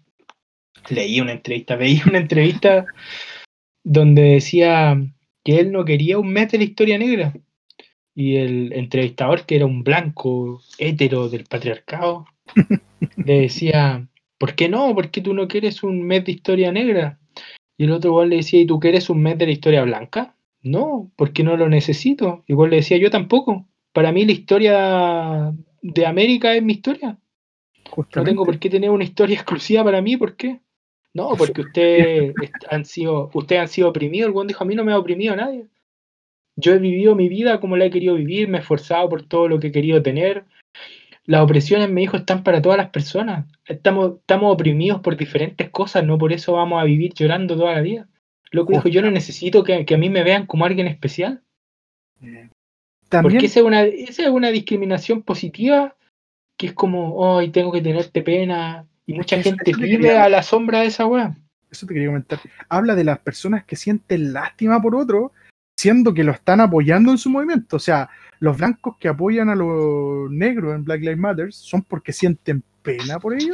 donde decía que él no quería un mes de la historia negra. Y el entrevistador, que era un blanco hétero del patriarcado, le decía, ¿por qué no? ¿Por qué tú no quieres un mes de historia negra? Y el otro igual le decía, ¿y tú quieres un mes de la historia blanca? No, porque no lo necesito. Igual le decía, yo tampoco. Para mí la historia de América es mi historia. No tengo por Justamente. qué tener una historia exclusiva para mí, ¿por qué? No, porque ustedes han sido oprimidos. El buen dijo, a mí no me ha oprimido nadie. Yo he vivido mi vida como la he querido vivir, me he esforzado por todo lo que he querido tener. Las opresiones, me dijo, están para todas las personas. Estamos oprimidos por diferentes cosas, no por eso vamos a vivir llorando toda la vida. Loco dijo, yo no necesito que a mí me vean como alguien especial. También, Porque esa es una discriminación positiva que es como, hoy tengo que tenerte pena. Y mucha que gente eso te vive a la sombra de esa weá. eso te quería comentar. Habla de las personas que sienten lástima por otro, siendo que lo están apoyando en su movimiento. O sea, los blancos que apoyan a los negros en Black Lives Matter son porque sienten pena por ellos,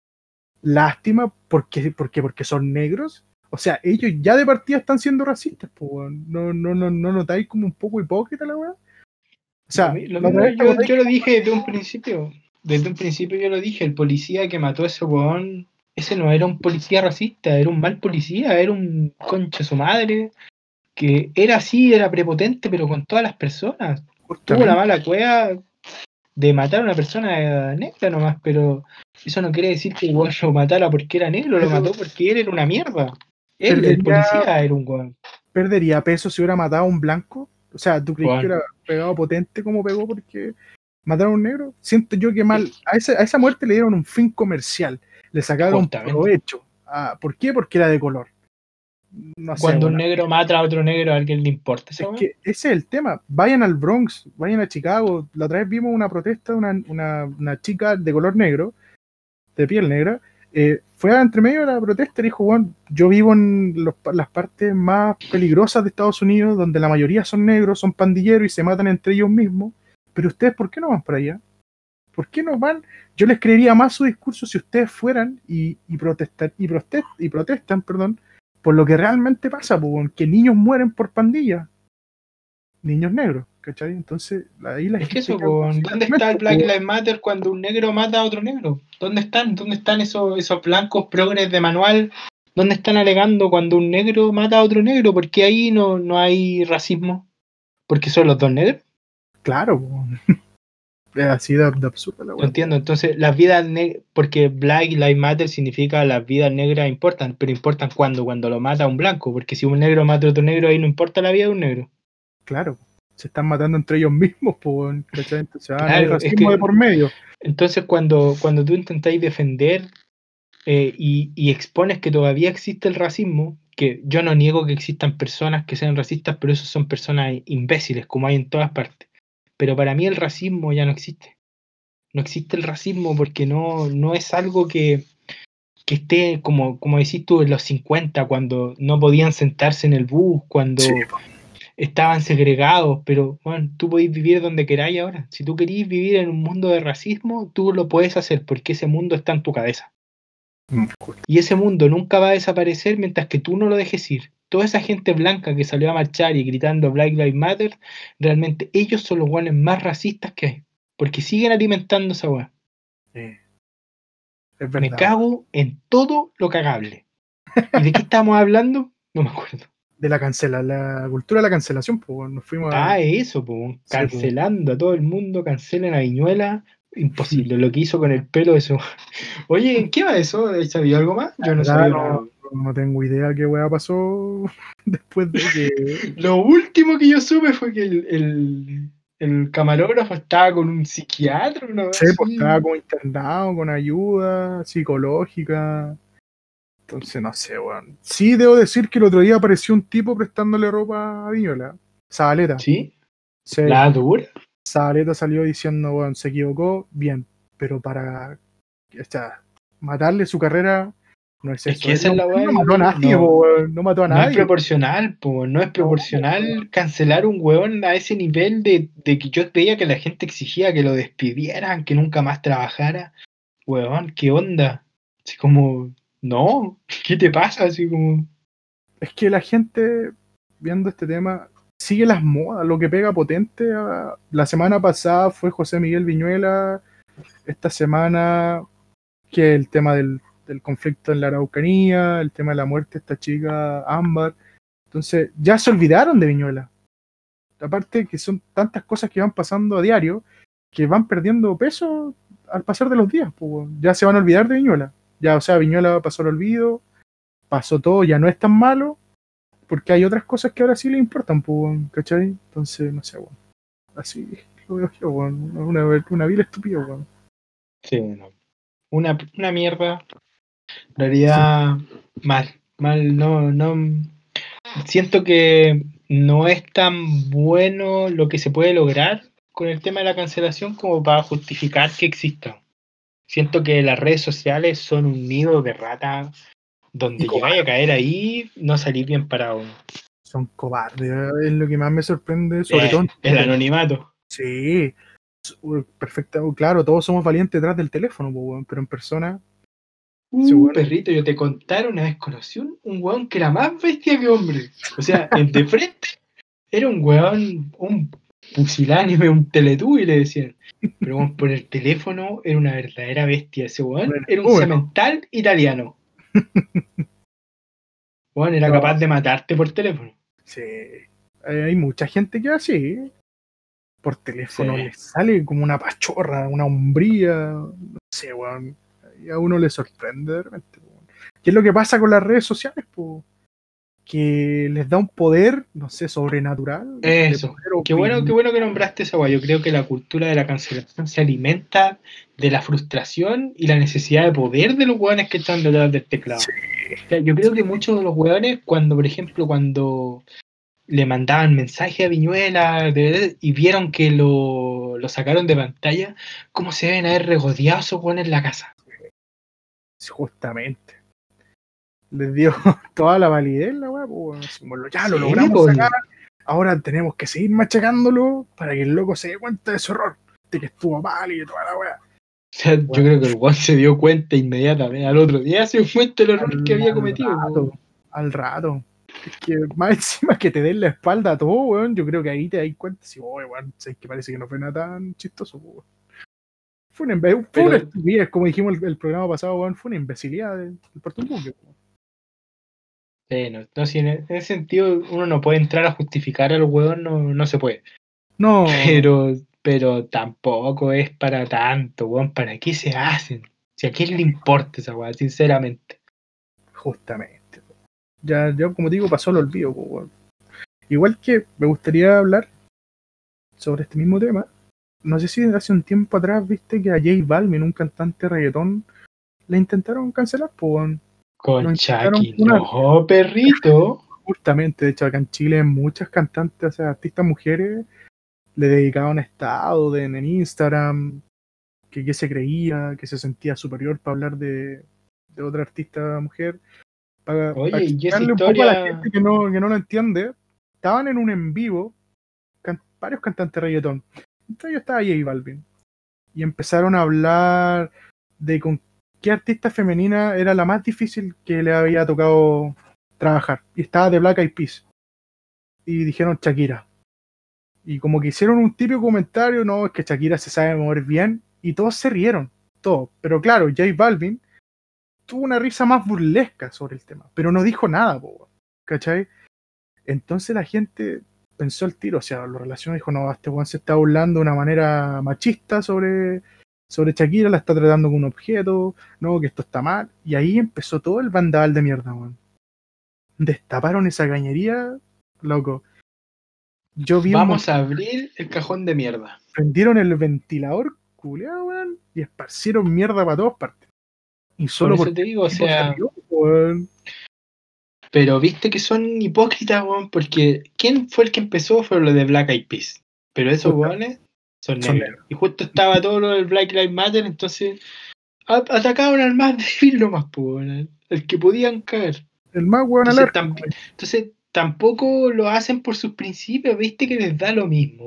lástima porque son negros. O sea, ellos ya de partida están siendo racistas, pues, weón. No notáis como un poco hipócrita la weá. O sea, Lo la otra mismo vez te acordáis yo que lo dije desde un principio. Desde un principio yo lo dije, el policía que mató a ese weón, ese no era un policía racista, era un mal policía, era un concha su madre, que era así, era prepotente, pero con todas las personas. Tuvo la justamente, mala cueva de matar a una persona negra nomás, pero eso no quiere decir que el weón lo matara porque era negro, lo mató porque él era una mierda. Él, el perdería, policía, era un weón. perdería peso si hubiera matado a un blanco. O sea, ¿tú crees que Weón. hubiera pegado potente como pegó porque mataron a un negro? Siento yo que mal, a esa muerte le dieron un fin comercial, le sacaron Justamente. provecho. ¿Por qué? Porque era de color. No sé, Cuando un bueno, negro mata a otro negro, ¿a alguien le importa esa es weón? que ese es el tema. Vayan al Bronx, vayan a Chicago. La otra vez vimos una protesta de una chica de color negro, de piel negra. Fue entre medio de la protesta y dijo, bueno, yo vivo en las partes más peligrosas de Estados Unidos, donde la mayoría son negros, son pandilleros y se matan entre ellos mismos. Pero ustedes, ¿por qué no van para allá? ¿Por qué no van? Yo les creería más su discurso si ustedes fueran y protestan, perdón, por lo que realmente pasa, que niños mueren por pandillas, niños negros, ¿cachai? Entonces, ahí la Es que gente eso, queda con po, sin ¿dónde está el argumento, Black Lives Matter cuando un negro mata a otro negro? ¿Dónde están? ¿Dónde están esos blancos progres de manual? ¿Dónde están alegando cuando un negro mata a otro negro? ¿Por qué ahí no hay racismo? ¿Porque son los dos negros? claro, es así de absurda la No web. entiendo. Entonces, las vidas negras, porque Black Lives Matter significa las vidas negras importan, pero importan cuando lo mata un blanco, porque si un negro mata a otro negro, ahí no importa la vida de un negro. Claro, se están matando entre ellos mismos, ¿cachai? Entonces, no hay Claro, es racismo de que por medio. entonces cuando tú intentáis defender y expones que todavía existe el racismo, que yo no niego que existan personas que sean racistas, pero esos son personas imbéciles, como hay en todas partes. Pero para mí el racismo ya no existe. No existe el racismo porque no es algo que esté, como decís tú, en los 50, cuando no podían sentarse en el bus, Sí, cuando estaban segregados, pero bueno, tú podés vivir donde queráis ahora. Si tú querís vivir en un mundo de racismo, tú lo puedes hacer porque ese mundo está en tu cabeza. Y ese mundo nunca va a desaparecer mientras que tú no lo dejes ir. Toda esa gente blanca que salió a marchar y gritando Black Lives Matter, realmente ellos son los guanes más racistas que hay. Porque siguen alimentando esa weá. es Me verdad. cago en todo lo cagable. ¿Y de qué estamos hablando? No me acuerdo. De la cultura de la cancelación, pues nos fuimos a. Eso, po, Sí, pues. cancelando a todo el mundo, cancelen a Viñuela. Imposible, lo que hizo con el pelo eso. Oye, ¿en qué va eso? ¿Sabía algo más? Yo no La verdad, sabía nada. no tengo idea qué weá pasó después de que. Lo último que yo supe fue que el camarógrafo estaba con un psiquiatra, una vez Sí, pues estaba así. como internado con ayuda psicológica. Entonces, no sé, weón. Sí, debo decir que el otro día apareció un tipo prestándole ropa a Viñola. Zabaleta. ¿Sí? Sí, ¿La dura? Zabaleta salió diciendo, bueno, se equivocó, bien, pero para, o sea, matarle su carrera no es Es eso. que esa es la weá, No yo mató a creo que nadie, po, weón, no mató a no es nadie. proporcional, po, no es No, proporcional cancelar un weón a ese nivel de que yo veía que la gente exigía que lo despidieran, que nunca más trabajara. Weón, ¿qué onda? Así como, no, ¿qué te pasa? Así como, es que la gente, viendo este tema, sigue las modas, lo que pega potente. La semana pasada fue José Miguel Viñuela, esta semana que el tema del conflicto en la Araucanía, el tema de la muerte de esta chica Ámbar. Entonces, ya se olvidaron de Viñuela. Aparte que son tantas cosas que van pasando a diario que van perdiendo peso al pasar de los días. Pues, ya se van a olvidar de Viñuela. Ya, o sea, Viñuela pasó el olvido, pasó todo, ya no es tan malo, porque hay otras cosas que ahora sí le importan, pues, ¿cachai? Entonces, no sé, bueno, así lo veo yo, bueno, una vil estúpida, bueno. sí, no. Una mierda. En realidad, mal, no. Siento que no es tan bueno lo que se puede lograr con el tema de la cancelación como para justificar que exista. Siento que las redes sociales son un nido de rata Y donde llegáis a cobardes, caer ahí, no salís bien parado. son cobardes, es lo que más me sorprende, sobre todo en El Twitter. anonimato. Sí, perfecto, claro, todos somos valientes detrás del teléfono, pues, weón, pero en persona, ese weón, Perrito, yo te contara una vez conocí un weón que era más bestia que hombre. O sea, en de frente era un weón, un pusilánime, un teletubby le decían. Pero weón, por el teléfono era una verdadera bestia. Ese weón bueno, era un bueno, semental italiano. Weón, era no, capaz de matarte por teléfono. sí, hay mucha gente que así, por Sí. teléfono les sale como una pachorra, una hombría, no sé, weón, y a uno le sorprende de repente, weón. ¿Qué es lo que pasa con las redes sociales, po? Que les da un poder, no sé, sobrenatural, de Eso. poder Qué oprimir. bueno que nombraste esa weá. Yo creo que la cultura de la cancelación se alimenta de la frustración y la necesidad de poder de los weones que están detrás del Sí, teclado. O sea, yo creo que muchos de los weones, cuando, por ejemplo, cuando le mandaban mensaje a Viñuela y vieron que lo sacaron de pantalla, ¿cómo se deben haber regodeado esos weones en la casa? justamente. Les dio toda la validez la weá, pues, así como ya lo Sí, logramos pues. sacar, ahora tenemos que seguir machacándolo para que el loco se dé cuenta de su error, de que estuvo mal y de toda la weá. O sea, yo Bueno, creo que el weón se dio cuenta inmediatamente, al otro día se dio cuenta del error que había al cometido. rato, Po. al rato. Es que más encima que te den la espalda a todo, weón, yo creo que ahí te das cuenta, si, oye, weón, sé que parece que no fue nada tan chistoso, weón. Fue una Pero, estupidez, como dijimos el programa pasado, weón, fue una imbecilidad del Puerto Buque, weón. no, si en ese sentido uno no puede entrar a justificar al weón, no se puede. No, Pero tampoco es para tanto, weón. ¿Para qué se hacen? Si a quién le importa esa weá, sinceramente. justamente. Ya, como te digo, pasó el olvido, weón. Igual que me gustaría hablar sobre este mismo tema. No sé si hace un tiempo atrás viste que a J Balvin, un cantante de reggaetón, le intentaron cancelar, pues, weón. Lo Con intentaron Chucky, funar. no, perrito. Justamente, de hecho, acá en Chile muchas cantantes, o sea, artistas mujeres, le dedicaban estado en Instagram, que se creía, que se sentía superior para hablar de otra artista mujer. Para Oye, y esa explicarle un poco a la historia. gente que no lo entiende, estaban en un en vivo varios cantantes de reggaetón. Entre ellos estaba J Balvin. Y empezaron a hablar de con qué artista femenina era la más difícil que le había tocado trabajar. Y estaba de Black Eyed Peas. Y dijeron Shakira. Y como que hicieron un típico comentario, no, es que Shakira se sabe mover bien. Y todos se rieron, todos. Pero claro, J Balvin tuvo una risa más burlesca sobre el tema. Pero no dijo nada, po, ¿cachai? Entonces la gente pensó el tiro, o sea, lo relacionó y dijo, no, este weón se está burlando de una manera machista sobre Shakira, la está tratando como un objeto, no, que esto está mal. Y ahí empezó todo el bandaval de mierda, weón. Destaparon esa cañería, loco. Yo vi un Vamos montón, a abrir el cajón de mierda. prendieron el ventilador, culeado, weón, y esparcieron mierda para todas partes. Y Por solo eso porque te digo, el o tipo se sea, rió, weón. pero viste que son hipócritas, weón, porque ¿quién fue el que empezó? Fue lo de Black Eyed Peas. Pero esos Justa- weones son Son negros. Y justo estaba todo lo del Black Lives Matter, entonces atacaban al más débil nomás, pues, el que podían caer. El más hueón Entonces, alérgico. entonces tampoco lo hacen por sus principios, viste que les da lo mismo.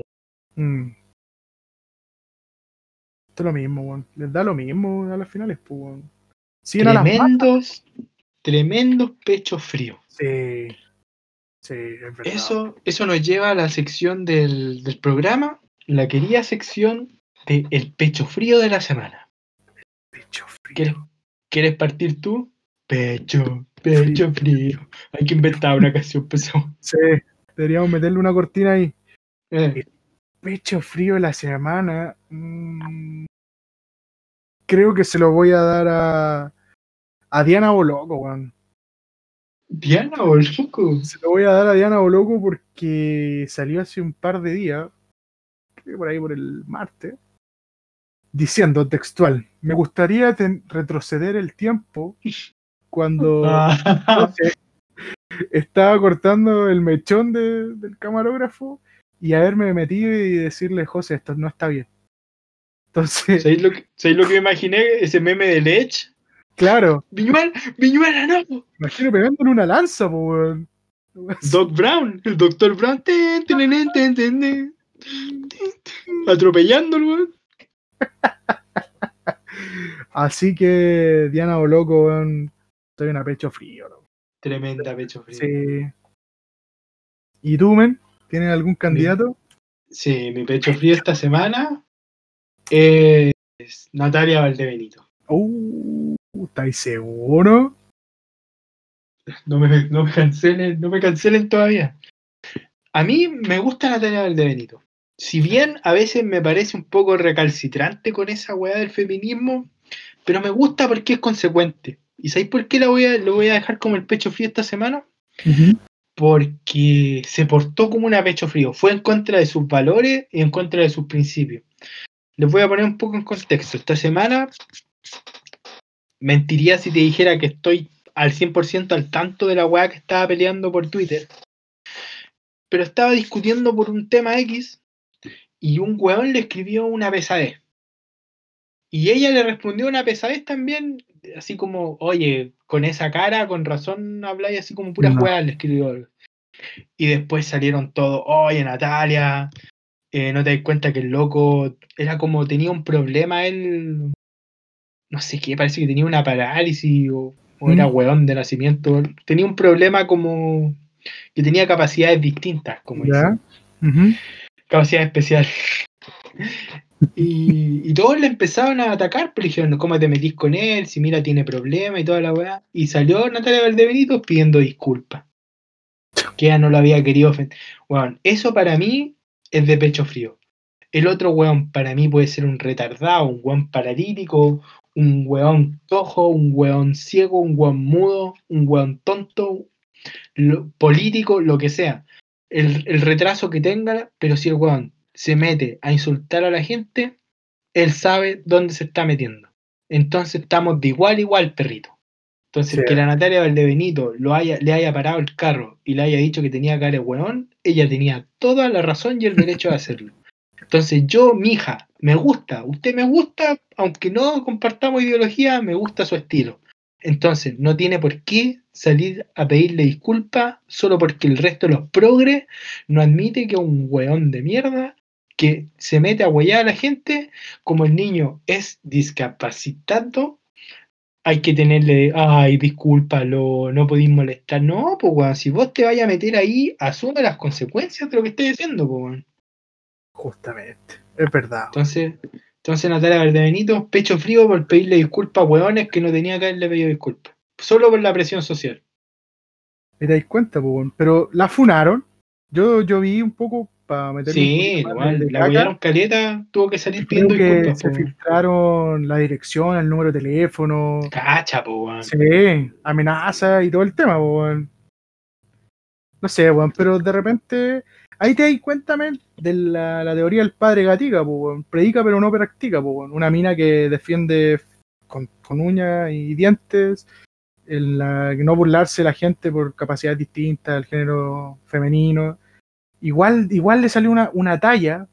Esto es lo mismo, weón. Les da lo mismo a las finales, pues, weón. Siguen a las Tremendos pechos fríos. Sí, sí, es verdad. Eso nos lleva a la sección del programa, la querida sección de el pecho frío de la semana. Pecho frío. ¿Quieres partir tú? Pecho frío. Hay que inventar una canción, pesado. Sí, deberíamos meterle una cortina ahí. Eh, Pecho frío de la semana. Creo que se lo voy a dar a Diana Boloco, weón. Diana, loco. Se lo voy a dar a Diana Boloco porque salió hace un par de días, creo que por ahí por el martes, diciendo textual: me gustaría retroceder el tiempo cuando José estaba cortando el mechón del camarógrafo y haberme metido y decirle: José, esto no está bien. Entonces, ¿Sabéis lo que me imaginé? Ese meme de Lech. claro, Viñuela, no. imagino pegándole una lanza, po, weón. Doc Brown, el Dr. Brown. Atropellándolo, weón. Así que Diana Boloco, weón, estoy en a pecho frío, ¿no? Tremenda pecho frío. Sí. ¿Y tú, men? ¿Tienes algún candidato? Sí, mi pecho frío esta semana es Natalia Valdebenito. ¿Estáis seguro? No me cancelen todavía. A mí me gusta Natalia Valdebenito. Si bien a veces me parece un poco recalcitrante con esa weá del feminismo, pero me gusta porque es consecuente. ¿Y sabéis por qué lo voy a dejar como el pecho frío esta semana? Porque se portó como una pecho frío. Fue en contra de sus valores y en contra de sus principios. Les voy a poner un poco en contexto. Esta semana mentiría si te dijera que estoy al 100% al tanto de la weá que estaba peleando por Twitter. Pero estaba discutiendo por un tema X y un weón le escribió una pesadez. Y ella le respondió una pesadez también, así como, oye, con esa cara, con razón habláis así como puras weas, le escribió. Y después salieron todos, oye, Natalia, no te das cuenta que el loco era como, tenía un problema él, no sé qué, parece que tenía una parálisis o era weón de nacimiento. Tenía un problema como que tenía capacidades distintas, como ¿Ya? dicen. Capacidades especiales. Y todos le empezaron a atacar, pero dijeron, ¿cómo te metís con él? Si mira, tiene problemas y toda la weá. Y salió Natalia Valdebenito pidiendo disculpas. Que ella no lo había querido ofender. Weón, eso para mí es de pecho frío. El otro weón para mí puede ser un retardado, un weón paralítico, un weón cojo, un weón ciego, un weón mudo, un weón tonto, político, lo que sea. El retraso que tenga, pero si el weón se mete a insultar a la gente, él sabe dónde se está metiendo. Entonces estamos de igual a igual, perrito. Entonces, Sí. que la Natalia Valdebenito le haya parado el carro y le haya dicho que tenía cara de weón, ella tenía toda la razón y el derecho de hacerlo. Entonces, yo, mija, me gusta, usted me gusta, aunque no compartamos ideología, me gusta su estilo. Entonces, no tiene por qué salir a pedirle disculpas solo porque el resto de los progres no admite que un weón de mierda que se mete a huellar a la gente, como el niño es discapacitado, hay que tenerle, ay, discúlpalo, no podéis molestar. No, pues, weón, si vos te vayas a meter ahí, asume las consecuencias de lo que estés diciendo, pues, weón. Justamente, es verdad. Entonces Natalia Valdebenito, pecho frío por pedirle disculpas a weones que no tenía que haberle pedido disculpas. Solo por la presión social. ¿Me dais cuenta, po, weón? Pero la funaron. Yo vi un poco para meterme un poquito Sí, más weón, de la caca. huellaron caleta, tuvo que salir Y creo pidiendo que disculpas, se pues. filtraron la dirección, el número de teléfono. Cacha, pues, weón. Sí, amenaza y todo el tema, po, weón. No sé, weón, pero de repente ahí te das cuenta, men, de la teoría del padre Gatica, po, weón. Predica pero no practica, po, weón. Una mina que defiende con uñas y dientes en la que no burlarse de la gente por capacidades distintas, el género femenino. Igual le salió una talla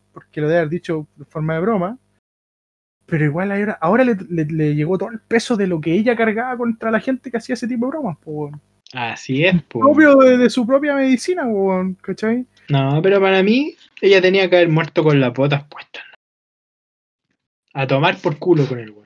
porque lo debe haber dicho de forma de broma, pero igual ahora le llegó todo el peso de lo que ella cargaba contra la gente que hacía ese tipo de bromas, po, weón. Así es, po. Propio de su propia medicina, po, weón, ¿cachai? No, pero para mí, ella tenía que haber muerto con las botas puestas. A tomar por culo con el weón.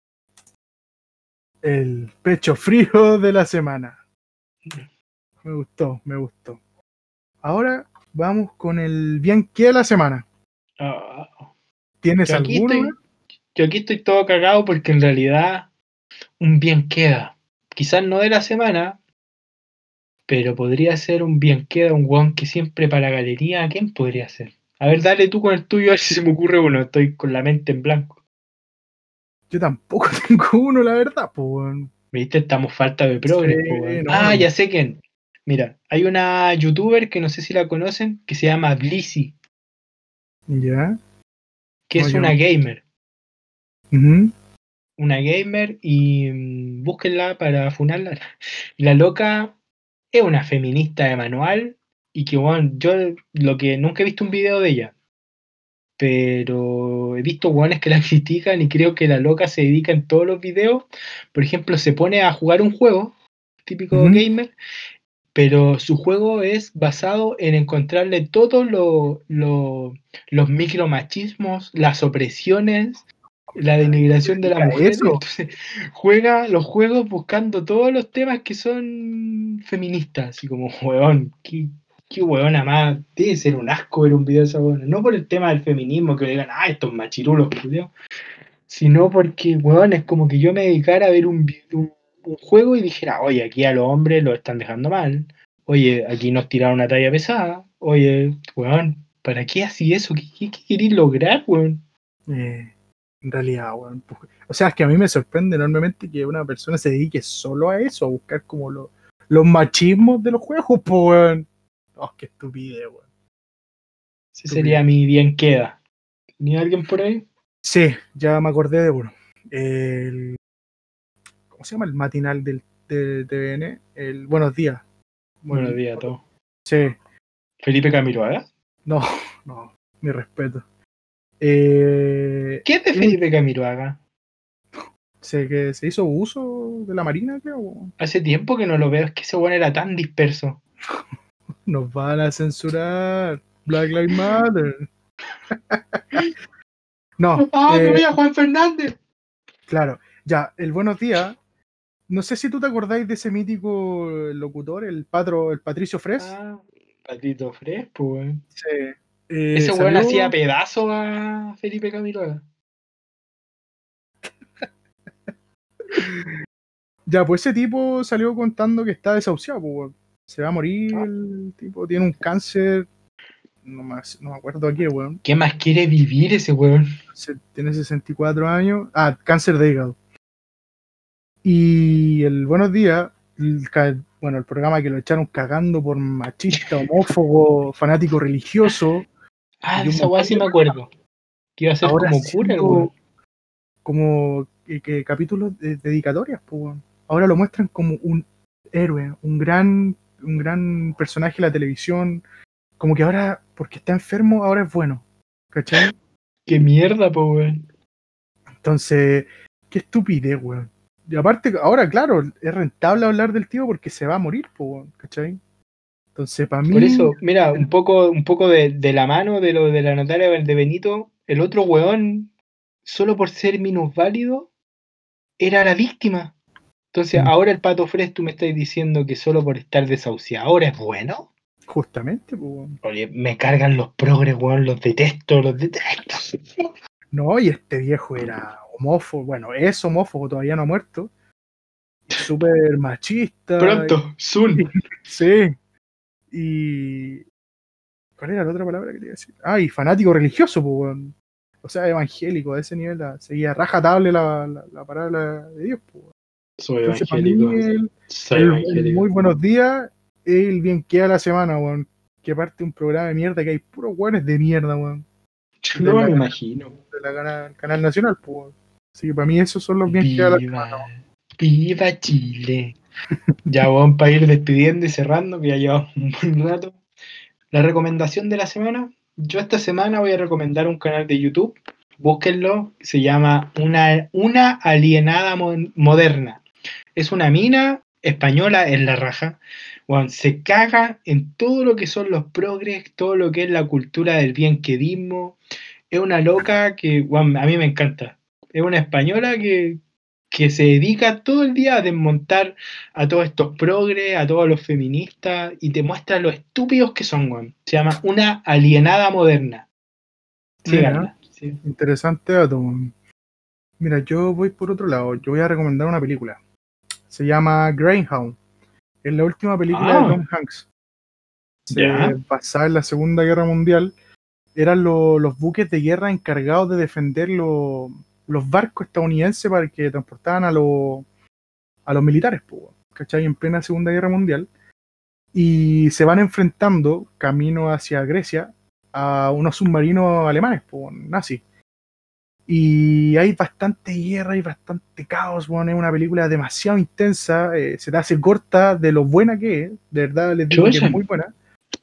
El pecho frío de la semana. Me gustó. Ahora vamos con el bien que de la semana. Ah, ¿Tienes yo aquí alguno? estoy, yo aquí estoy todo cagado porque en realidad un bien queda. Quizás no de la semana, pero podría ser un bien queda, un weón que siempre para la galería. ¿Quién podría ser? A ver, dale tú con el tuyo, a ver si se me ocurre uno. Estoy con la mente en blanco. Yo tampoco tengo uno, la verdad, pues, weón. ¿Viste? Estamos falta de progres, Sí, po, weón. no, Ah, no. ya sé quién. Mira, hay una youtuber que no sé si la conocen, que se llama Blissy, Ya. que No, es yo una no. gamer. Ujú. Una gamer y búsquenla para funarla. La loca es una feminista de manual y que, bueno, yo lo que nunca he visto un video de ella, pero he visto weones que la critican y creo que la loca se dedica en todos los videos. Por ejemplo, se pone a jugar un juego, típico Ujú. gamer, pero su juego es basado en encontrarle todos los micromachismos, las opresiones, la denigración de la ¿Dedica a mujer. eso? Entonces juega los juegos buscando todos los temas que son feministas, así como, weón, qué weona más, debe ser un asco ver un video de esa weona. No por el tema del feminismo, que digan, ah, estos machirulos, culiao, sino porque, weón, es como que yo me dedicara a ver un juego y dijera, oye, aquí a los hombres lo están dejando mal, oye, aquí nos tiraron una talla pesada, oye, weón, ¿para qué así eso? ¿Qué querís lograr, weón? En realidad, weón. O sea, es que a mí me sorprende enormemente que una persona se dedique solo a eso, a buscar como los machismos de los juegos, pues, weón. Oh, qué estupidez, weón. Ese sería mi bien queda. ¿Ni alguien por ahí? Sí, ya me acordé de uno. ¿Cómo se llama? El matinal de TVN. El Buenos Días. Buenos días a todos. Sí, Felipe Camiroaga. no, no, mi respeto. ¿Qué es de Felipe Camiroaga? Sé que se hizo uso de la Marina, creo. Weón. Hace tiempo que no lo veo, es que ese weón era tan disperso. Nos van a censurar. Black Lives Matter. No, ¡Ah, me voy a Juan Fernández! claro. Ya, el Buenos Días. No sé si tú te acordáis de ese mítico locutor, el Patricio Fres. Ah, Patito Fresco, weón. Sí. Ese weón Salió. hacía pedazo a Felipe Camiroaga. Ya, pues ese tipo salió contando que está desahuciado, pues, weón. Se va a morir, Ah. el tipo tiene un cáncer, no me acuerdo a qué, weón. ¿Qué más quiere vivir ese weón? Tiene 64 años. Ah, cáncer de hígado. Y el Buenos Días, el programa que lo echaron cagando por machista, homófobo, fanático religioso, Ah, y de un esa weá montón sí de me cosas, acuerdo. Que iba a ser ahora como cura el weón. haciendo como que capítulos de dedicatorias, pues, weón. Ahora lo muestran como un héroe, un gran personaje de la televisión, como que ahora, porque está enfermo, ahora es bueno, ¿cachai? Qué mierda, po weón. Entonces, qué estupidez, weón. Y aparte, ahora, claro, es rentable hablar del tío porque se va a morir, pues, weón, ¿cachai? Entonces, para Por mí, eso, mira, un poco de la mano de lo de la Natalia Valdebenito, el otro weón, solo por ser minusválido, era la víctima. Entonces, ahora el Pato Fres, tú me estás diciendo que solo por estar desahuciado ahora es bueno. justamente, pues, weón. Oye, me cargan los progres, weón, los detesto, los detesto. No, y este viejo era homófobo, bueno, es homófobo, todavía no ha muerto, súper machista, Pronto, Zoom. sí, y... ¿Cuál era la otra palabra que quería decir? Ah, y fanático religioso, pues, weón. O sea, evangélico, a ese nivel, seguía rajatabla la palabra de Dios, pues, weón. Soy Entonces, para mí, evangélico. Soy el evangélico. muy buenos días es el bien que da la semana, weón. Que parte un programa de mierda que hay puros weones de mierda, weón. No me imagino. De canal nacional, pues, weón. Así que para mí esos son los bien que da la semana, weón. Viva Chile. Ya vamos para ir despidiendo y cerrando, que ya llevamos un buen rato. La recomendación de la semana, yo esta semana voy a recomendar un canal de YouTube. Búsquenlo, se llama Una Alienada Moderna. Es una mina española en la raja. Bueno, se caga en todo lo que son los progres, todo lo que es la cultura del bienquedismo. Es una loca que bueno, a mí me encanta. Es una española que se dedica todo el día a desmontar a todos estos progres, a todos los feministas, y te muestra lo estúpidos que son, weón. Se llama Una Alienada Moderna. Mira, Síganla. Sí. interesante dato. Mira, yo voy por otro lado. Yo voy a recomendar una película. Se llama Greyhound. Es la última película de Tom Hanks. Ya. Basada en la Segunda Guerra Mundial. Eran los buques de guerra encargados de defender los barcos estadounidenses para que transportaban a los militares, po, ¿cachai? En plena Segunda Guerra Mundial. Y se van enfrentando camino hacia Grecia a unos submarinos alemanes, po, nazis. Y hay bastante guerra y bastante caos, bueno, es una película demasiado intensa, se te hace corta de lo buena que es, de verdad les digo que es muy buena.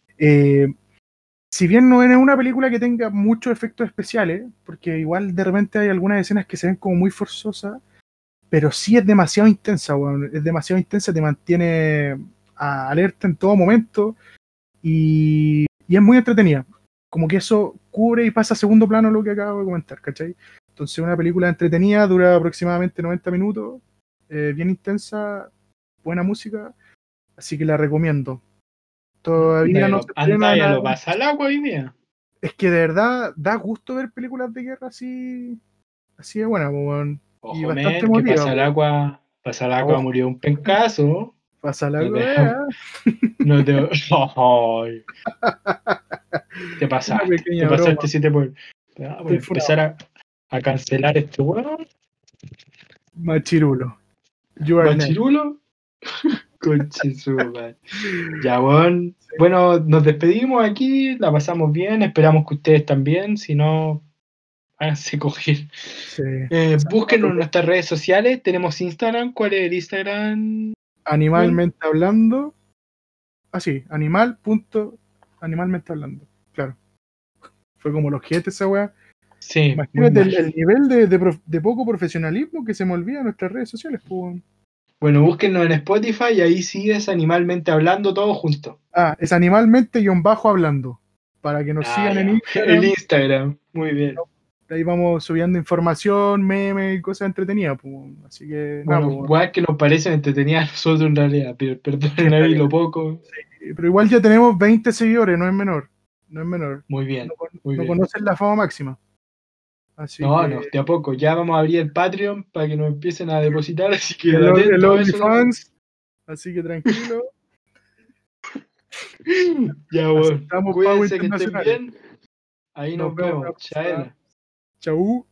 Si bien no es una película que tenga muchos efectos especiales, porque igual de repente hay algunas escenas que se ven como muy forzosas, pero sí es demasiado intensa, bueno, es demasiado intensa, te mantiene alerta en todo momento y es muy entretenida. Como que eso cubre y pasa a segundo plano lo que acabo de comentar, ¿cachai? Entonces una película entretenida, dura aproximadamente 90 minutos, bien intensa, buena música, así que la recomiendo. Todavía no se estrena Anda, ya nada. lo pasa al agua hoy día. Es que de verdad da gusto ver películas de guerra así de buena, y Ojo, bastante men, que emotiva. pasa el agua, Ojo, murió un pencazo. pasa la No te, wea. no te, ay, te Una te pequeña broma. pasaste si te puedes. Voy Estoy a funado. empezar a cancelar este weón. Machirulo. You are next. Machirulo. Conche su madre. Ya, weón. Bueno, nos despedimos aquí, la pasamos bien, esperamos que ustedes también, si no, háganse coger. Sí. Búsquenos en nuestras redes sociales, tenemos Instagram, ¿cuál es el Instagram? Animalmente hablando. Así, animalmente hablando. Claro. Fue como los jetes esa weá. Sí, muy Imagínate mal. el nivel de poco profesionalismo que se me olvida en nuestras redes sociales, pues. Bueno, búsquenos en Spotify y ahí sí es Animalmente Hablando todo junto. Es animalmente-hablando. Para que nos sigan en Ya. El Instagram. Instagram, muy bien. Ahí vamos subiendo información, memes y cosas entretenidas, pues. Así que nada, Bueno, pues. weas que nos parecen entretenidas a nosotros en realidad, pero perdonen ahí lo poco. Pero igual ya tenemos 20 seguidores, no es menor. No es menor. Muy bien, muy No bien. conocen la fama máxima. Así No, que no, de a poco. Ya vamos a abrir el Patreon para que nos empiecen a depositar, así que el atentos a eso. OnlyFans. Así que tranquilo. Ya, bueno. Aceptamos pagos Cuídense que estén internacionales. bien. Ahí Nos nos vemos la vemos. próxima. Chaela. Chau.